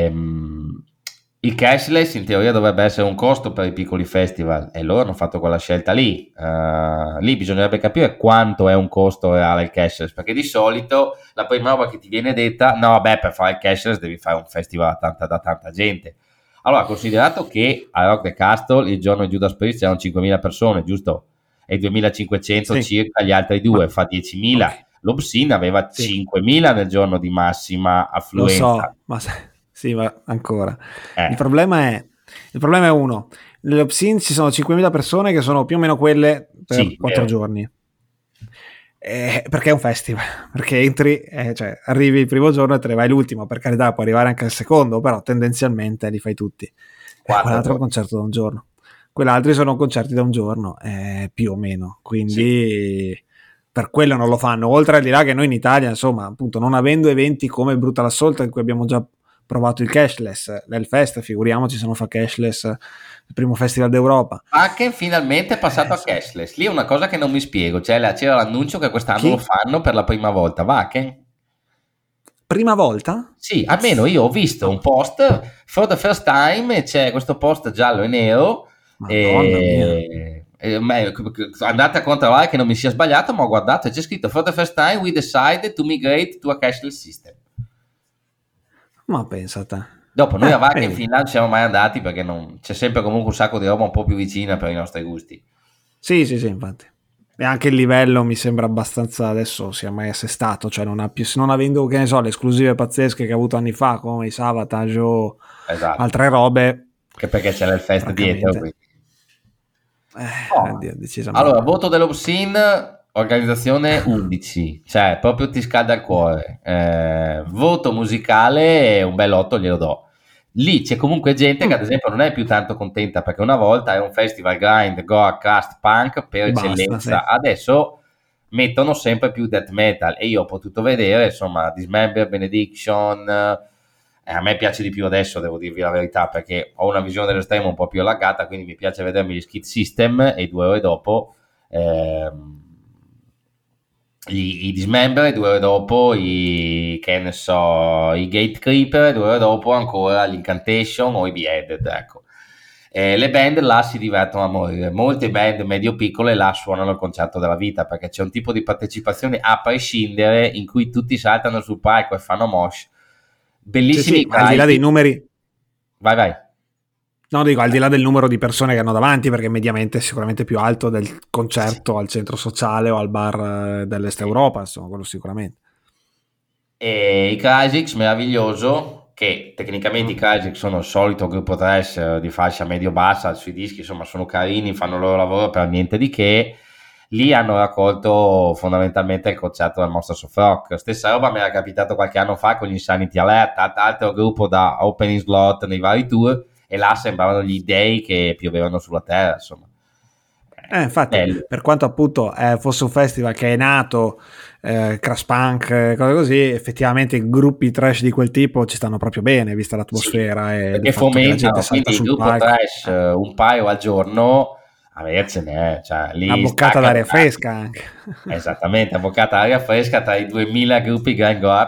Speaker 1: il cashless in teoria dovrebbe essere un costo per i piccoli festival e loro hanno fatto quella scelta lì. Lì bisognerebbe capire quanto è un costo reale il cashless, perché di solito la prima roba che ti viene detta: no vabbè, per fare il cashless devi fare un festival da tanta gente. Allora, considerato che a Rock the Castle il giorno di Judas Priest c'erano 5.000 persone, giusto? E 2.500
Speaker 2: sì,
Speaker 1: circa gli altri
Speaker 2: ma
Speaker 1: due, fa 10.000.
Speaker 2: ok,
Speaker 1: L'Obscene aveva
Speaker 2: sì,
Speaker 1: 5.000 nel giorno di massima
Speaker 2: lo
Speaker 1: affluenza.
Speaker 2: so, sì, ma ancora. Il
Speaker 1: Eh,
Speaker 2: problema è, il problema è uno, nelle Obscene ci sono 5.000 persone che sono più o meno quelle per
Speaker 1: sì,
Speaker 2: 4
Speaker 1: vero.
Speaker 2: giorni. Perché è un festival, perché entri, cioè arrivi il primo giorno e te ne vai l'ultimo, per carità puoi arrivare anche al secondo, però tendenzialmente li fai tutti.
Speaker 1: Quattro
Speaker 2: Quell'altro è un
Speaker 1: giorni.
Speaker 2: concerto da un giorno, quell'altri sono concerti da un giorno, più o meno,
Speaker 1: Sì.
Speaker 2: quindi per quello non lo fanno, oltre al di là che noi in Italia, insomma, appunto non avendo eventi come il Brutal Assault in cui abbiamo già provato il cashless, l'Hellfest, figuriamoci se non fa cashless il primo festival d'Europa.
Speaker 1: Wacken finalmente è passato a
Speaker 2: Insomma.
Speaker 1: cashless. Lì è una cosa che non mi spiego. Cioè, c'era l'annuncio che quest'anno lo
Speaker 2: Chi?
Speaker 1: fanno per la prima volta. Wacken?
Speaker 2: Prima volta?
Speaker 1: Sì, almeno io ho visto un
Speaker 2: No.
Speaker 1: post for the first time, e c'è questo post giallo e nero.
Speaker 2: Madonna mia.
Speaker 1: Andate a controllare che non mi sia sbagliato, ma ho guardato e c'è scritto: for the first time we decided to migrate to a cashless system.
Speaker 2: Ma pensa a te.
Speaker 1: Dopo noi a Wacken
Speaker 2: Vedi.
Speaker 1: fin là non siamo mai andati, perché c'è sempre comunque un sacco di roba un po' più vicina per i nostri gusti.
Speaker 2: Sì, sì, sì, infatti. E anche il livello mi sembra abbastanza adesso sia mai assestato, cioè non ha più, non avendo, che ne so, le esclusive pazzesche che ha avuto anni fa, come i Savatage o
Speaker 1: Esatto,
Speaker 2: altre robe,
Speaker 1: che perché c'era il fest dietro,
Speaker 2: francamente,
Speaker 1: quindi. Oh. Allora,
Speaker 2: decisamente.
Speaker 1: voto dell'Obscene, organizzazione 11, cioè proprio ti scalda il cuore. Voto musicale, un bel 8 glielo do. Lì c'è comunque gente che ad
Speaker 2: Mm,
Speaker 1: esempio non è più tanto contenta, perché una volta era un festival grind, gore, crust, punk per
Speaker 2: basta, sì.
Speaker 1: eccellenza. Adesso mettono sempre più death metal e io ho potuto vedere, insomma, Dismember, Benediction. A me piace di più adesso, devo dirvi la verità, perché ho una visione dell'estremo un po' più allargata, quindi mi piace vedermi gli Skid System e 2 ore dopo i Dismember, e 2 ore dopo che ne so, i Gate Creeper, e 2 ore dopo ancora gli Incantation o i Beheaded, ecco. Le band là si divertono a morire. Molte band medio-piccole là suonano il concerto della vita, perché c'è un tipo di partecipazione a prescindere in cui tutti saltano sul palco e fanno mosh.
Speaker 2: Sì,
Speaker 1: Bellissimi
Speaker 2: sì, ma al di là dei
Speaker 1: Crysis.
Speaker 2: numeri,
Speaker 1: Vai, vai.
Speaker 2: no, dico, al di là del numero di persone che hanno davanti, perché mediamente è sicuramente più alto del
Speaker 1: Sì,
Speaker 2: concerto al centro sociale o al bar dell'Est
Speaker 1: sì.
Speaker 2: Europa, insomma, quello sicuramente.
Speaker 1: E i Crysis, meraviglioso, che tecnicamente i
Speaker 2: Mm.
Speaker 1: Crysis sono il solito gruppo trash di fascia medio-bassa sui dischi, insomma sono carini, fanno il loro lavoro per niente di che. Lì hanno raccolto fondamentalmente il concerto del Monsters of Rock. Stessa roba mi era capitato qualche anno fa con gli Insanity Alert, altro gruppo da opening slot nei vari tour, e là sembravano gli dei che piovevano sulla terra, insomma.
Speaker 2: Infatti,
Speaker 1: Bello.
Speaker 2: per quanto appunto fosse un festival che è nato, crash punk, cose così, effettivamente gruppi trash di quel tipo ci stanno proprio bene, vista
Speaker 1: Sì,
Speaker 2: l'atmosfera e il
Speaker 1: perché
Speaker 2: fatto che la gente
Speaker 1: fomentano,
Speaker 2: salta
Speaker 1: quindi il
Speaker 2: sul
Speaker 1: gruppo
Speaker 2: palco.
Speaker 1: trash un paio al giorno, avercene, cioè
Speaker 2: Una
Speaker 1: lì
Speaker 2: boccata
Speaker 1: staccano
Speaker 2: d'aria
Speaker 1: tanto.
Speaker 2: fresca anche.
Speaker 1: Esattamente, avvocata aria fresca tra i 2000 gruppi Grand Gore.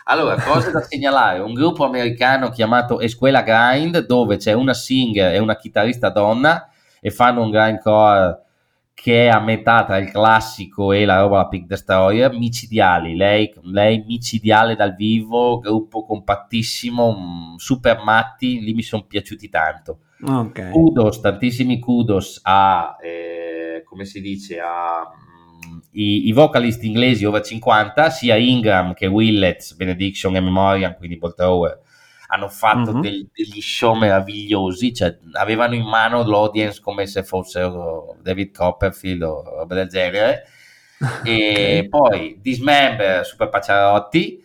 Speaker 1: Allora, cose da segnalare, un gruppo americano chiamato Escuela Grind, dove c'è una singer e una chitarrista donna e fanno un grindcore che è a metà tra il classico e la roba la Pig Destroyer, micidiali, lei micidiale dal vivo, gruppo compattissimo, super matti, lì mi sono piaciuti tanto.
Speaker 2: Ok.
Speaker 1: Kudos, tantissimi kudos a, come si dice, i vocalist inglesi over 50, sia Ingram che Willets, Benediction e Memoriam, quindi Bolt Thrower, hanno fatto degli show meravigliosi, cioè avevano in mano l'audience come se fossero David Copperfield o roba del genere. E
Speaker 2: Okay.
Speaker 1: poi Dismember, Super Pacciarotti,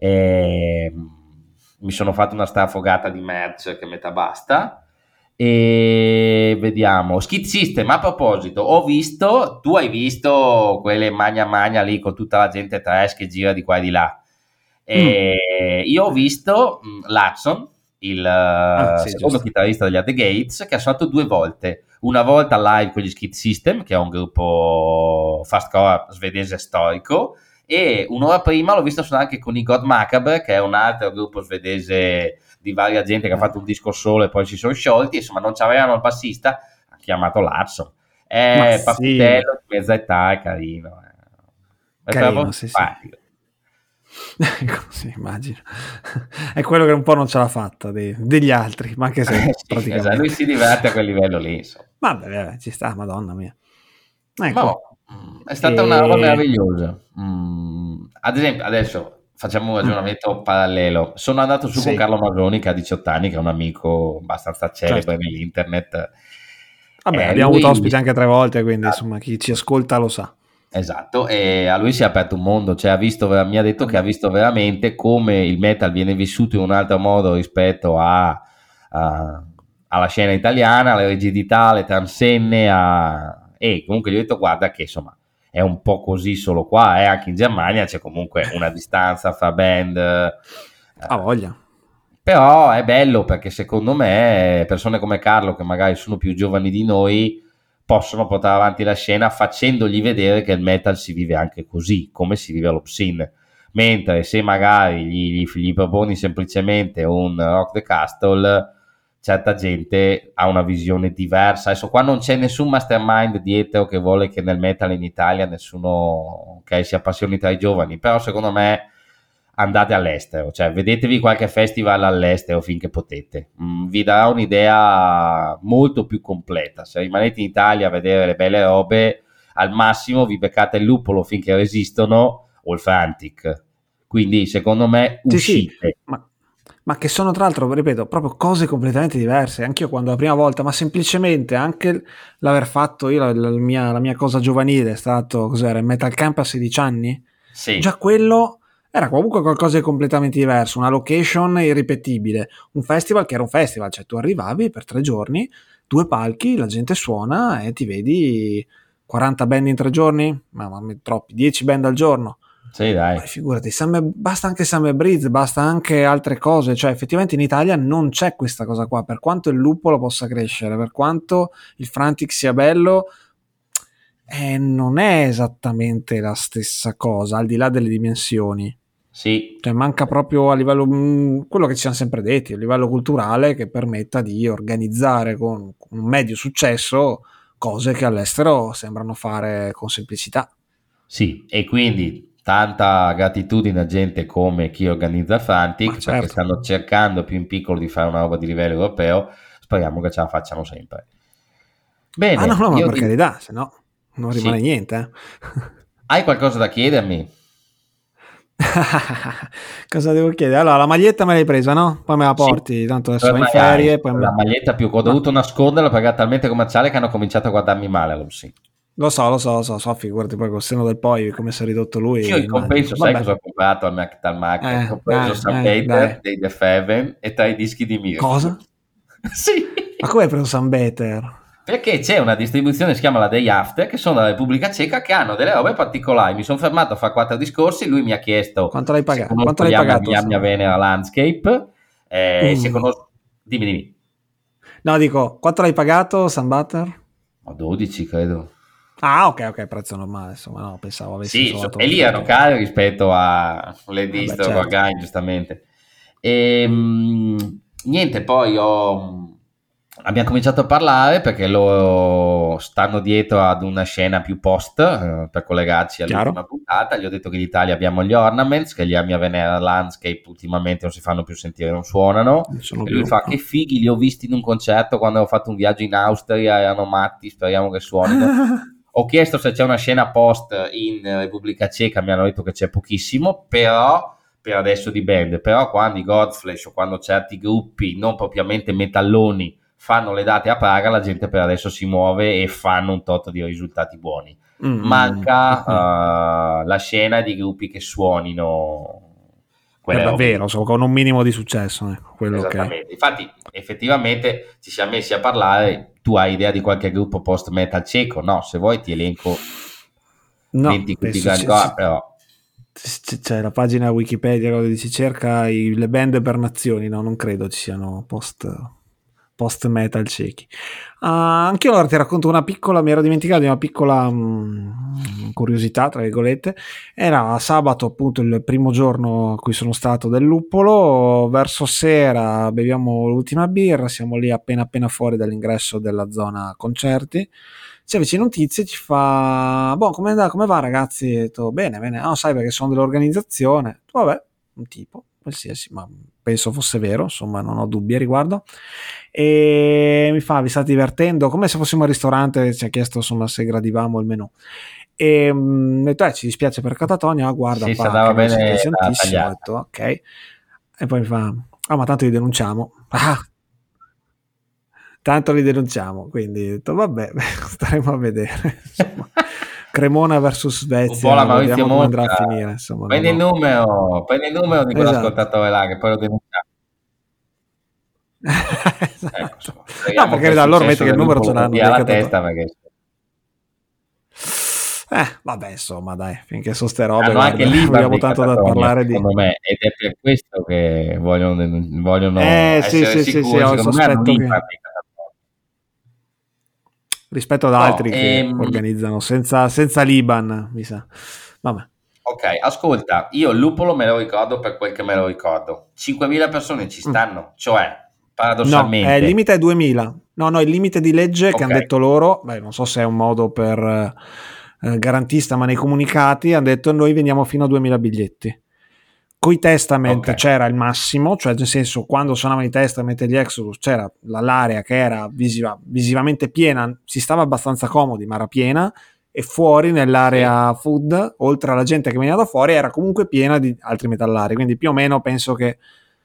Speaker 1: mi sono fatto una strafogata di merch che metà basta. E vediamo Skid System. A proposito, tu hai visto quelle magna magna lì con tutta la gente trash che gira di qua e di là. E io ho visto Latson, il
Speaker 2: Sì,
Speaker 1: secondo
Speaker 2: giusto.
Speaker 1: chitarrista degli At The Gates, che ha suonato 2 volte. Una volta live con gli Skid System, che è un gruppo fastcore svedese storico, e un'ora prima l'ho visto suonare anche con i God Macabre, che è un altro gruppo svedese di varia gente che ha fatto un disco solo e poi si sono sciolti. Insomma, non c'avevano il bassista, ha chiamato Latson.
Speaker 2: Ma
Speaker 1: È
Speaker 2: sì,
Speaker 1: pappitello di mezza età, è carino. È proprio
Speaker 2: carino, sì, sì.
Speaker 1: simpatico.
Speaker 2: Ecco, sì, immagino. È quello che un po' non ce l'ha fatta degli altri, ma anche se
Speaker 1: Sì, esatto, lui
Speaker 2: praticamente.
Speaker 1: si diverte a quel livello lì, insomma.
Speaker 2: Vabbè, ci sta, madonna mia.
Speaker 1: Ma
Speaker 2: Ecco.
Speaker 1: è stata una roba
Speaker 2: E...
Speaker 1: meravigliosa. Ad esempio, adesso facciamo un ragionamento parallelo. Sono andato su con
Speaker 2: Sì,
Speaker 1: Carlo Masoni, che ha 18 anni, che è un amico abbastanza
Speaker 2: certo.
Speaker 1: celebre nell'internet.
Speaker 2: Vabbè, abbiamo avuto
Speaker 1: Lui,
Speaker 2: ospiti anche 3 volte, quindi insomma chi ci ascolta lo sa.
Speaker 1: esatto, e a lui si è aperto un mondo, cioè mi ha detto che ha
Speaker 2: Vabbè.
Speaker 1: visto veramente come il metal viene vissuto in un altro modo rispetto alla scena italiana, alle rigidità, alle transenne, e comunque gli ho detto guarda che insomma è un po' così solo qua, anche in Germania c'è comunque una distanza fra band,
Speaker 2: Ha voglia.
Speaker 1: però è bello perché secondo me persone come Carlo, che magari sono più giovani di noi, possono portare avanti la scena facendogli vedere che il metal si vive anche così, come si vive all'Obscene. Mentre se magari gli proponi semplicemente un Rock the Castle, certa gente ha una visione diversa. Adesso qua non c'è nessun mastermind dietro che vuole che nel metal in Italia nessuno si appassioni tra i giovani, però secondo me andate all'estero, cioè vedetevi qualche festival all'estero finché potete. Vi darà un'idea molto più completa. Se rimanete in Italia a vedere le belle robe, al massimo vi beccate il Lupolo finché resistono o il Frantic. Quindi secondo me
Speaker 2: Sì, sì,
Speaker 1: uscite.
Speaker 2: ma che sono tra l'altro, ripeto, proprio cose completamente diverse. Anch'io quando la prima volta, ma semplicemente anche l'aver fatto io la mia cosa giovanile è stato, cos'era, il Metal Camp a 16 anni? Già
Speaker 1: Sì,
Speaker 2: quello era comunque qualcosa di completamente diverso, una location irripetibile, un festival che era un festival, cioè tu arrivavi per 3 giorni, 2 palchi, la gente suona e ti vedi 40 band in 3 giorni? Ma troppi, 10 band al giorno.
Speaker 1: sì, dai.
Speaker 2: Poi figurati, basta anche Summer Breeze, basta anche altre cose, cioè effettivamente in Italia non c'è questa cosa qua, per quanto il luppolo possa crescere, per quanto il Frantic sia bello, non è esattamente la stessa cosa, al di là delle dimensioni.
Speaker 1: Sì,
Speaker 2: Cioè manca proprio a livello, quello che ci siamo sempre detti, a livello culturale che permetta di organizzare con un medio successo cose che all'estero sembrano fare con semplicità.
Speaker 1: sì, e quindi tanta gratitudine a gente come chi organizza
Speaker 2: Ma
Speaker 1: Frantic perché
Speaker 2: certo.
Speaker 1: stanno cercando più in piccolo di fare una roba di livello europeo. Speriamo che ce la facciano sempre.
Speaker 2: Ah no,
Speaker 1: Bene,
Speaker 2: no, ma per carità, se no non rimane
Speaker 1: sì.
Speaker 2: niente.
Speaker 1: Hai qualcosa da chiedermi?
Speaker 2: Cosa devo chiedere? Allora, la maglietta me l'hai presa, no? Poi me la
Speaker 1: Sì,
Speaker 2: porti, tanto adesso
Speaker 1: per
Speaker 2: va in
Speaker 1: My Eyes,
Speaker 2: ferie, poi
Speaker 1: la maglietta più che ho
Speaker 2: ma
Speaker 1: dovuto nasconderla perché era talmente commerciale che hanno cominciato a guardarmi male allora sì.
Speaker 2: lo so, figurati poi col senno del poi come si è ridotto
Speaker 1: Io
Speaker 2: lui,
Speaker 1: in
Speaker 2: immagino.
Speaker 1: compenso, sai
Speaker 2: Vabbè,
Speaker 1: cosa ho comprato al Metal Market? Ho preso Sun
Speaker 2: dai.
Speaker 1: Bader dei The Faven e 3 dischi di Miracle.
Speaker 2: Cosa?
Speaker 1: Sì,
Speaker 2: Ma come hai preso San Better?
Speaker 1: perché c'è una distribuzione che si chiama la Day After, che sono dalla Repubblica Ceca, che hanno delle robe particolari. Mi sono fermato a fare 4 discorsi, lui mi ha chiesto
Speaker 2: Quanto l'hai
Speaker 1: se
Speaker 2: pagato? Quanto
Speaker 1: conosco
Speaker 2: l'hai
Speaker 1: Yamia,
Speaker 2: pagato
Speaker 1: Yamia
Speaker 2: San Better?
Speaker 1: Venera Landscape, se
Speaker 2: Uh.
Speaker 1: conosco... Dimmi, dimmi.
Speaker 2: No, dico, quanto l'hai pagato San Butter?
Speaker 1: Ho 12, credo.
Speaker 2: Ah, ok, prezzo normale, insomma, no, pensavo avessi
Speaker 1: Sì,
Speaker 2: trovato
Speaker 1: e lì erano
Speaker 2: offerte.
Speaker 1: cari rispetto alle
Speaker 2: Vabbè,
Speaker 1: distro
Speaker 2: certo.
Speaker 1: Guardiani, giustamente. E, niente, poi abbiamo cominciato a parlare perché loro stanno dietro ad una scena più post, per collegarci all'ultima
Speaker 2: Chiaro?
Speaker 1: puntata. Gli ho detto che in Italia abbiamo gli Ornaments, che gli Amia Venera Landscape ultimamente non si fanno più sentire, non suonano.
Speaker 2: Non sono
Speaker 1: E lui
Speaker 2: più,
Speaker 1: fa: che
Speaker 2: no.
Speaker 1: fighi, li ho visti in un concerto quando ho fatto un viaggio in Austria, erano matti, speriamo che suonino. Ho chiesto se c'è una scena post in Repubblica Ceca, mi hanno detto che c'è pochissimo, però per adesso di band, però quando i Godflesh o quando certi gruppi non propriamente metalloni fanno le date a Praga, la gente per adesso si muove e fanno un tot di risultati buoni. Manca
Speaker 2: Ok.
Speaker 1: la scena di gruppi che suonino
Speaker 2: Per
Speaker 1: quelle robe
Speaker 2: davvero,
Speaker 1: lì.
Speaker 2: insomma, con un minimo di successo, quello che...
Speaker 1: Esattamente, infatti effettivamente ci siamo messi a parlare, tu hai idea di qualche gruppo post metal ceco? No, se vuoi ti elenco
Speaker 2: No,
Speaker 1: 20 gruppi
Speaker 2: penso
Speaker 1: grandi, ah, però
Speaker 2: c'è la pagina Wikipedia dove si cerca le band per nazioni, no, non credo ci siano post metal ciechi. Anch'io allora ti racconto una piccola, mi ero dimenticato di una piccola curiosità, tra virgolette. Era sabato appunto il primo giorno a cui sono stato del Luppolo, verso sera beviamo l'ultima birra, siamo lì appena fuori dall'ingresso della zona concerti. Ci avvicina un tizio e ci fa: boh, come va ragazzi? E ho detto, bene. No, sai perché sono dell'organizzazione. Ho detto, vabbè, un tipo qualsiasi, ma penso fosse vero, insomma non ho dubbi a riguardo. E mi fa: vi state divertendo? Come se fossimo al ristorante, ci ha chiesto insomma se gradivamo il menù. E ho detto, ci dispiace per Catatonia, guarda
Speaker 1: sì, se
Speaker 2: qua, anche
Speaker 1: andava
Speaker 2: noi ci
Speaker 1: bene
Speaker 2: piace
Speaker 1: la
Speaker 2: tantissimo. Ho
Speaker 1: tagliata.
Speaker 2: detto, ok. E poi mi fa: ah, ma tanto li denunciamo. Ah, tanto li denunciamo, quindi ho detto, vabbè, staremo a vedere. Insomma, Cremona versus
Speaker 1: Un po' la
Speaker 2: Svezia,
Speaker 1: Maurizio
Speaker 2: vediamo come andrà a
Speaker 1: Mosca,
Speaker 2: finire. Insomma, non ho...
Speaker 1: prendi il numero di
Speaker 2: Esatto.
Speaker 1: quell'ascoltatore là che poi lo denunciamo. Ecco,
Speaker 2: Esatto.
Speaker 1: insomma,
Speaker 2: No,
Speaker 1: speriamo
Speaker 2: perché
Speaker 1: che il
Speaker 2: da loro metti
Speaker 1: successo
Speaker 2: che il
Speaker 1: del
Speaker 2: numero
Speaker 1: lupo
Speaker 2: ce
Speaker 1: lo
Speaker 2: l'hanno
Speaker 1: porti
Speaker 2: dei
Speaker 1: alla
Speaker 2: catatori.
Speaker 1: testa perché
Speaker 2: Vabbè, insomma, dai, finché sono ste robe,
Speaker 1: hanno anche
Speaker 2: guarda,
Speaker 1: l'Iban
Speaker 2: vogliamo
Speaker 1: dei
Speaker 2: tanto da
Speaker 1: Catatonia,
Speaker 2: parlare di...
Speaker 1: secondo me, ed è per questo che vogliono
Speaker 2: Sì,
Speaker 1: essere
Speaker 2: sì,
Speaker 1: sicuri.
Speaker 2: ho il
Speaker 1: Secondo me hanno
Speaker 2: sospetto
Speaker 1: l'Iban
Speaker 2: che
Speaker 1: dei Catatonia.
Speaker 2: rispetto ad
Speaker 1: Boh,
Speaker 2: altri che organizzano senza l'Iban, mi sa. Vabbè.
Speaker 1: ok, ascolta, io il Lupolo me lo ricordo per quel che me lo ricordo. 5.000 persone ci
Speaker 2: Mm.
Speaker 1: stanno, cioè,
Speaker 2: No, il
Speaker 1: paradossalmente,
Speaker 2: limite è 2000. No, il limite di legge che
Speaker 1: ok,
Speaker 2: hanno detto loro, beh, non so se è un modo per garantista, ma nei comunicati hanno detto noi vendiamo fino a 2000 biglietti. Coi
Speaker 1: ok,
Speaker 2: Testament c'era il massimo, cioè nel senso quando suonavano i Testament e gli Exodus c'era l'area che era visivamente piena, si stava abbastanza comodi, ma era piena, e fuori
Speaker 1: sì,
Speaker 2: nell'area food, oltre alla gente che veniva da fuori, era comunque piena di altri metallari, quindi più o meno penso che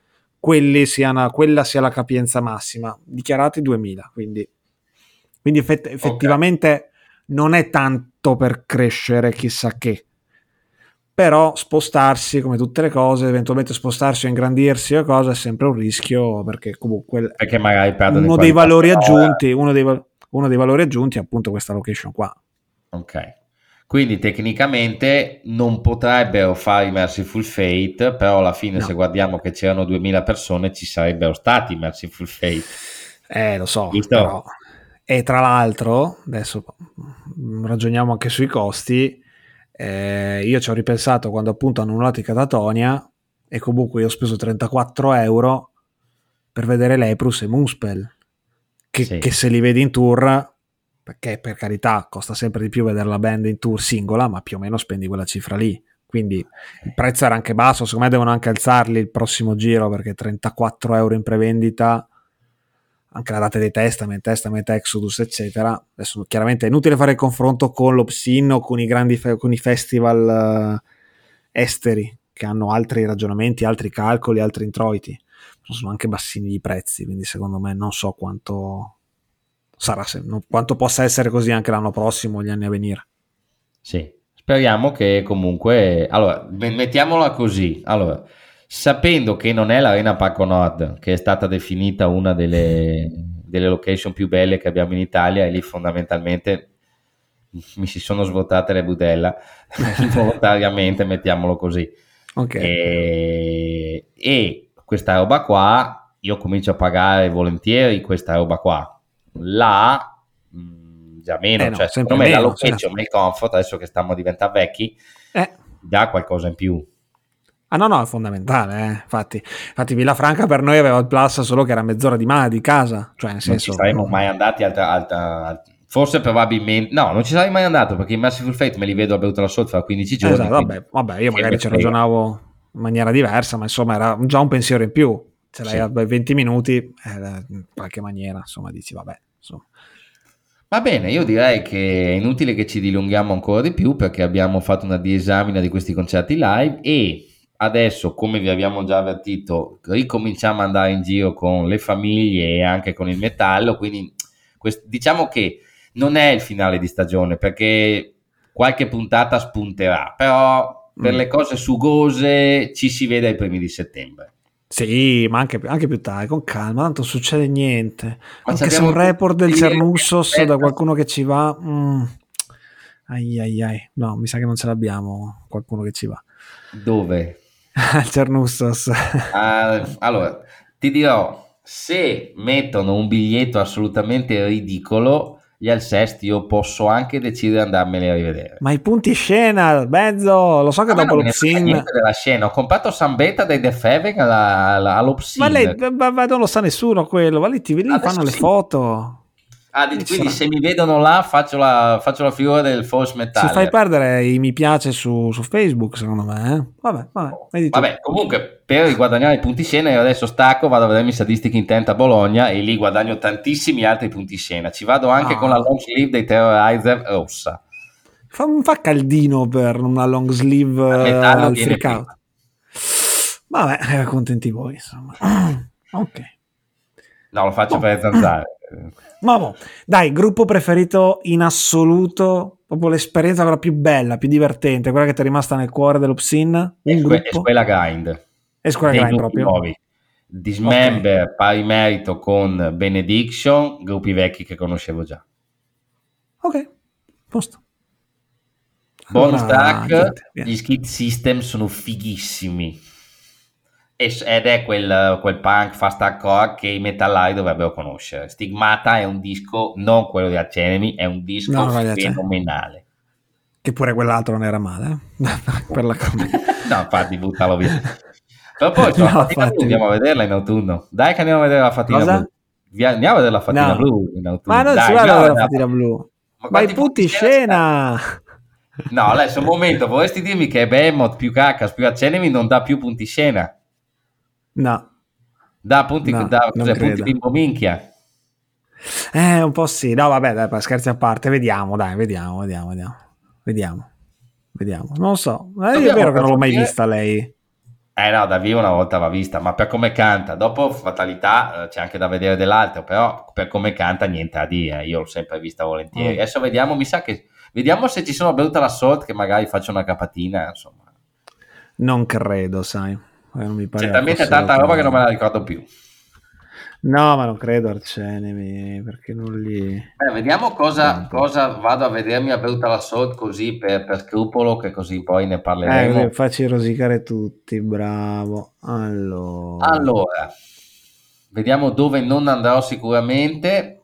Speaker 2: quella sia la capienza massima, dichiarati 2000, quindi
Speaker 1: ok,
Speaker 2: effettivamente non è tanto per crescere chissà che, però spostarsi come tutte le cose, eventualmente spostarsi o ingrandirsi o cosa è sempre un rischio, perché comunque
Speaker 1: perché magari perdono in
Speaker 2: uno dei
Speaker 1: qualità
Speaker 2: valori
Speaker 1: sonora.
Speaker 2: aggiunti, uno dei valori aggiunti è appunto questa location qua.
Speaker 1: Ok, quindi tecnicamente non potrebbero fare i Merciful Fate, però alla fine se
Speaker 2: No,
Speaker 1: guardiamo che c'erano 2000 persone ci sarebbero stati i Merciful Fate,
Speaker 2: lo so, però...
Speaker 1: giusto?
Speaker 2: E tra l'altro, adesso ragioniamo anche sui costi, io ci ho ripensato quando appunto hanno annullato i Catatonia e comunque io ho speso 34 euro per vedere Leprus e Moonspell, che
Speaker 1: Sì,
Speaker 2: se li vedi in tour, perché per carità costa sempre di più vedere la band in tour singola, ma più o meno spendi quella cifra lì. Quindi il prezzo era anche basso, secondo me devono anche alzarli il prossimo giro perché 34 euro in prevendita, anche la data dei Testament, Exodus, eccetera. Adesso chiaramente è inutile fare il confronto con l'Obscene o con con i festival esteri che hanno altri ragionamenti, altri calcoli, altri introiti. Sono anche bassini di prezzi, quindi secondo me non so quanto sarà, quanto possa essere così anche l'anno prossimo o gli anni a venire.
Speaker 1: sì. Speriamo che comunque... Allora, mettiamola così. Allora, sapendo che non è l'Arena Parco Nord, che è stata definita una delle location più belle che abbiamo in Italia, e lì fondamentalmente mi si sono svuotate le budella, involontariamente, mettiamolo così.
Speaker 2: Ok.
Speaker 1: E questa roba qua, io comincio a pagare volentieri questa roba qua. Là, già meno,
Speaker 2: No,
Speaker 1: cioè
Speaker 2: sempre
Speaker 1: secondo me la
Speaker 2: meno,
Speaker 1: location,
Speaker 2: certo.
Speaker 1: ma il comfort, adesso che stiamo a diventare vecchi,
Speaker 2: Eh.
Speaker 1: dà qualcosa in più.
Speaker 2: Ah no, è fondamentale, infatti Villafranca per noi aveva il plus solo che era mezz'ora di casa, cioè nel
Speaker 1: Non ci
Speaker 2: senso...
Speaker 1: saremmo mai andati forse probabilmente no, non ci sarei mai andato perché i Merciful Fate me li vedo a Beuttola Sud fra 15 giorni,
Speaker 2: Esatto,
Speaker 1: quindi
Speaker 2: vabbè, io
Speaker 1: che me
Speaker 2: magari ci
Speaker 1: frega.
Speaker 2: ragionavo in maniera diversa, ma insomma era già un pensiero in più. Ce l'hai
Speaker 1: Sì.
Speaker 2: a 20 minuti, in qualche maniera, insomma, dici vabbè, insomma.
Speaker 1: Va bene, io direi che è inutile che ci dilunghiamo ancora di più perché abbiamo fatto una disamina di questi concerti live e adesso, come vi abbiamo già avvertito, ricominciamo ad andare in giro con le famiglie e anche con il metallo, quindi diciamo che non è il finale di stagione perché qualche puntata spunterà, però per le cose sugose ci si vede ai primi di settembre.
Speaker 2: Sì, ma anche più tardi, con calma, tanto non succede niente.
Speaker 1: Ma
Speaker 2: Anche se un
Speaker 1: abbiamo
Speaker 2: report del
Speaker 1: tutti
Speaker 2: Cernussos da qualcuno che ci va... ai. No, mi sa che non ce l'abbiamo qualcuno che ci va.
Speaker 1: Dove?
Speaker 2: Il Cernussos.
Speaker 1: Allora, ti dirò, se mettono un biglietto assolutamente ridicolo, gli Alcest io posso anche decidere di andarmeli a rivedere.
Speaker 2: Ma i punti scena, mezzo, lo so che
Speaker 1: A me
Speaker 2: dopo
Speaker 1: non me ne frega
Speaker 2: l'Opsin...
Speaker 1: niente della scena, ho comprato San Beta dei The Faveng
Speaker 2: Ma
Speaker 1: all'Opsin.
Speaker 2: non lo sa nessuno quello, ma lì fanno
Speaker 1: Adesso
Speaker 2: le
Speaker 1: sì.
Speaker 2: foto.
Speaker 1: Quindi se mi vedono là faccio la figura del false
Speaker 2: Ci fai
Speaker 1: metaller.
Speaker 2: perdere i mi piace su Facebook, secondo me. Vabbè, vedi tu.
Speaker 1: Vabbè, comunque per riguadagnare i punti scena io adesso stacco, vado a vedermi Sadistic Intent a Bologna e lì guadagno tantissimi altri punti scena. Ci vado anche con la long sleeve dei Terrorizer rossa.
Speaker 2: Fa caldino per una long sleeve
Speaker 1: metallo
Speaker 2: al
Speaker 1: viene
Speaker 2: freak out. Vabbè, contenti voi, insomma. Ok.
Speaker 1: No, lo faccio per le zanzare.
Speaker 2: Ma dai, gruppo preferito in assoluto, proprio l'esperienza quella più bella, più divertente, quella che ti è rimasta nel cuore dell'Obsin? Un gruppo?
Speaker 1: Quella grind.
Speaker 2: È quella
Speaker 1: Dei
Speaker 2: grind
Speaker 1: gruppi
Speaker 2: proprio?
Speaker 1: nuovi. Dismember, pari merito con Benediction, gruppi vecchi che conoscevo già.
Speaker 2: Ok, posto.
Speaker 1: Bonus
Speaker 2: Allora,
Speaker 1: track, gli Skid System sono fighissimi. Ed è quel punk fast hardcore che i metallai dovrebbero conoscere. Stigmata è un disco, non quello di Arch Enemy, è un disco fenomenale.
Speaker 2: Che pure quell'altro non era male, per la
Speaker 1: no, infatti, buttalo via. Però poi la Fatina Blu andiamo a vederla in autunno. Dai che andiamo a vedere la Fatina Blu. Andiamo a vedere la Fatina Blu in autunno.
Speaker 2: Ma non si va a vedere la Fatina Blu. Ma i punti scena!
Speaker 1: No, adesso un momento, vorresti dirmi che Behemoth più Carcass più Arch Enemy non dà più punti scena?
Speaker 2: No.
Speaker 1: Da punti bimbo minchia.
Speaker 2: Un po' sì. No, vabbè, dai, scherzi a parte, vediamo. Non so. È vero che non l'ho mai vista lei.
Speaker 1: No, da vivo una volta va vista, ma per come canta, dopo Fatalità c'è anche da vedere dell'altro, però per come canta niente a dire, io l'ho sempre vista volentieri. Adesso vediamo, mi sa che vediamo se ci sono bevuta la sort che magari faccio una capatina, insomma.
Speaker 2: Non credo, sai. Non mi pare.
Speaker 1: C'è talmente tanta roba che non me la ricordo più.
Speaker 2: No, ma non credo Arch Enemy, perché non li...
Speaker 1: vediamo cosa vado a vedermi a Bevuta la Salt così per scrupolo, che così poi ne parleremo.
Speaker 2: Facci rosicare tutti, bravo.
Speaker 1: Allora, vediamo dove non andrò sicuramente.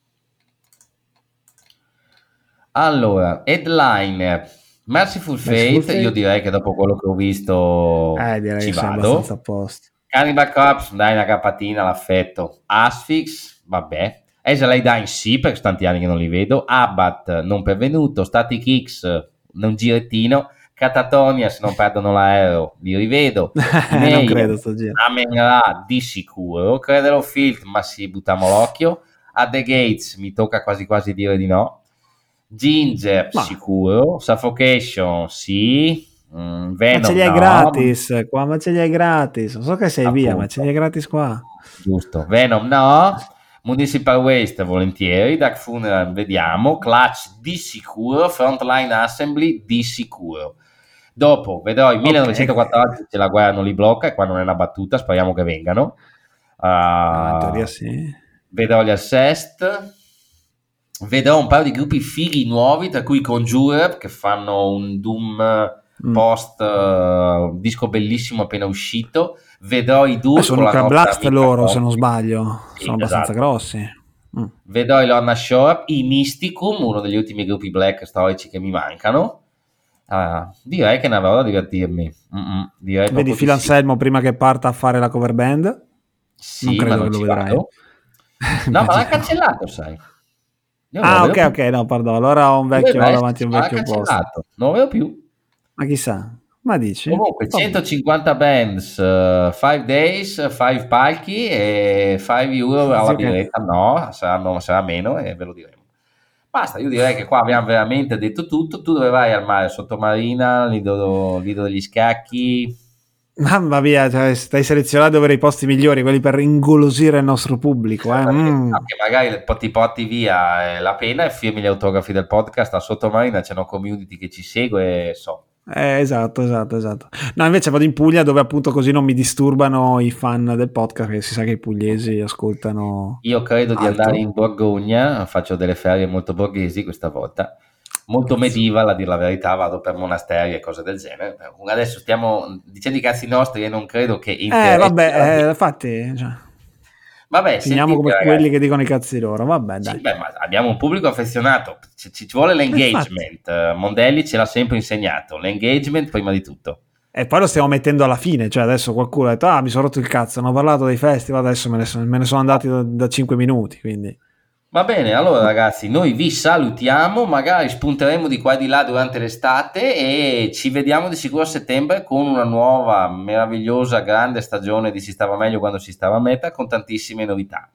Speaker 1: Allora, headliner Merciful Fate, io direi che dopo quello che ho visto
Speaker 2: direi
Speaker 1: ci
Speaker 2: che
Speaker 1: vado.
Speaker 2: abbastanza a posto.
Speaker 1: Cannibal Corpse, dai una capatina, l'affetto. Asphyx, vabbè. Ezra Dyne sì, perché tanti anni che non li vedo. Abbat, non pervenuto. Static X, un girettino. Catatonia, se non perdono l'aereo, li rivedo.
Speaker 2: Non credo sto giro.
Speaker 1: Amen Ra, di sicuro. Credelo Field, ma sì, buttiamo l'occhio. A The Gates, mi tocca quasi quasi dire di no. Ginger, sicuro. Suffocation, sì. Venom,
Speaker 2: ma ce li hai gratis qua, ma ce li hai gratis. Non so che sei via, ma ce li hai gratis qua.
Speaker 1: Giusto. Venom, no. Municipal Waste, volentieri. Dark Funeral, vediamo. Clutch, di sicuro. Frontline Assembly, di sicuro. Dopo vedrò il 1914 se la guerra non li blocca, e qua non è una battuta, speriamo che vengano.
Speaker 2: In teoria sì.
Speaker 1: Vedrò gli Alcest. Vedrò un paio di gruppi fighi nuovi, tra cui Conjurer, che fanno un Doom post disco bellissimo appena uscito. Vedrò i Dur
Speaker 2: sono Nuclear Blast loro, se non sbaglio, sì, sono abbastanza grossi.
Speaker 1: Vedrò i Lorna Shore, i Mysticum, uno degli ultimi gruppi black storici che mi mancano. Direi che ne avrò da divertirmi. Direi
Speaker 2: Vedi
Speaker 1: proprio
Speaker 2: Phil
Speaker 1: di sì.
Speaker 2: Anselmo prima che parta a fare la cover band? Non
Speaker 1: Sì, ma
Speaker 2: credo
Speaker 1: non
Speaker 2: che lo
Speaker 1: ci
Speaker 2: vedrai.
Speaker 1: vado. No, ma l'ha
Speaker 2: Immaginavo.
Speaker 1: cancellato, sai. Io non lo
Speaker 2: Ah,
Speaker 1: vedo
Speaker 2: ok,
Speaker 1: più.
Speaker 2: ok, no, perdono. Allora
Speaker 1: Doveva
Speaker 2: ho davanti
Speaker 1: esserci,
Speaker 2: un
Speaker 1: ma l'ha
Speaker 2: vecchio posto.
Speaker 1: cancellato. Non lo vedo più.
Speaker 2: Ma chissà, ma dici?
Speaker 1: Comunque,
Speaker 2: Vabbè.
Speaker 1: 150 bands, 5 days, 5 palchi e 5 euro
Speaker 2: Sì,
Speaker 1: alla
Speaker 2: ok.
Speaker 1: birretta. No, sarà meno e ve lo diremo. Basta, io direi che qua abbiamo veramente detto tutto. Tu dove vai al mare? Sottomarina, Lido degli Scacchi?
Speaker 2: Mamma mia, cioè, stai selezionando per i posti migliori, quelli per ingolosire il nostro pubblico, eh?
Speaker 1: Che magari ti porti via la pena e firmi gli autografi del podcast a Sottomarina, c'è una community che ci segue, so.
Speaker 2: Esatto, esatto, esatto. No, invece vado in Puglia dove appunto così non mi disturbano i fan del podcast, che si sa che i pugliesi ascoltano
Speaker 1: Io credo di andare
Speaker 2: altro.
Speaker 1: in Borgogna, faccio delle ferie molto borghesi questa volta, molto
Speaker 2: Cazzo.
Speaker 1: medieval a dire la verità, vado per monasteri e cose del genere. Adesso stiamo dicendo i cazzi nostri e non credo che interessi alla
Speaker 2: Vabbè,
Speaker 1: gente.
Speaker 2: infatti, cioè,
Speaker 1: Vabbè,
Speaker 2: finiamo
Speaker 1: sentite
Speaker 2: come quelli
Speaker 1: ragazzi,
Speaker 2: che dicono i cazzi loro. Vabbè,
Speaker 1: sì,
Speaker 2: dai.
Speaker 1: beh, ma abbiamo un pubblico affezionato, ci vuole
Speaker 2: Infatti.
Speaker 1: l'engagement, Mondelli ce l'ha sempre insegnato, l'engagement prima di tutto.
Speaker 2: E poi lo stiamo mettendo alla fine, cioè adesso qualcuno ha detto, mi sono rotto il cazzo, hanno parlato dei festival, adesso me ne sono andati da 5 minuti, quindi...
Speaker 1: Va bene, allora ragazzi, noi vi salutiamo, magari spunteremo di qua e di là durante l'estate e ci vediamo di sicuro a settembre con una nuova, meravigliosa, grande stagione di Si stava meglio quando si stava a meta, con tantissime novità.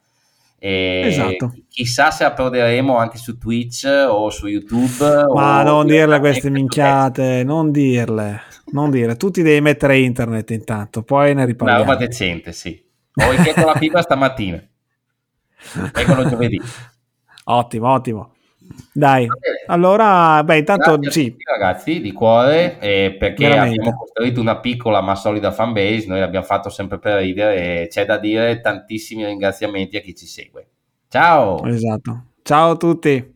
Speaker 1: E
Speaker 2: Esatto.
Speaker 1: chissà se approderemo anche su Twitch o su YouTube
Speaker 2: Ma
Speaker 1: o
Speaker 2: non dirle queste
Speaker 1: direttamente su Cast.
Speaker 2: minchiate, non dirle, non dire. Tu ti devi mettere internet intanto, poi ne
Speaker 1: Una roba
Speaker 2: riparliamo.
Speaker 1: decente, sì. Ho richiesto la fibra stamattina, vengono giovedì.
Speaker 2: Ottimo, ottimo. Dai,
Speaker 1: Va bene.
Speaker 2: allora, beh, intanto
Speaker 1: Grazie a
Speaker 2: sì,
Speaker 1: tutti ragazzi di cuore perché abbiamo
Speaker 2: veramente.
Speaker 1: costruito una piccola ma solida fanbase, noi l'abbiamo fatto sempre per ridere e c'è da dire tantissimi ringraziamenti a chi ci segue. Ciao!
Speaker 2: Esatto. Ciao a tutti.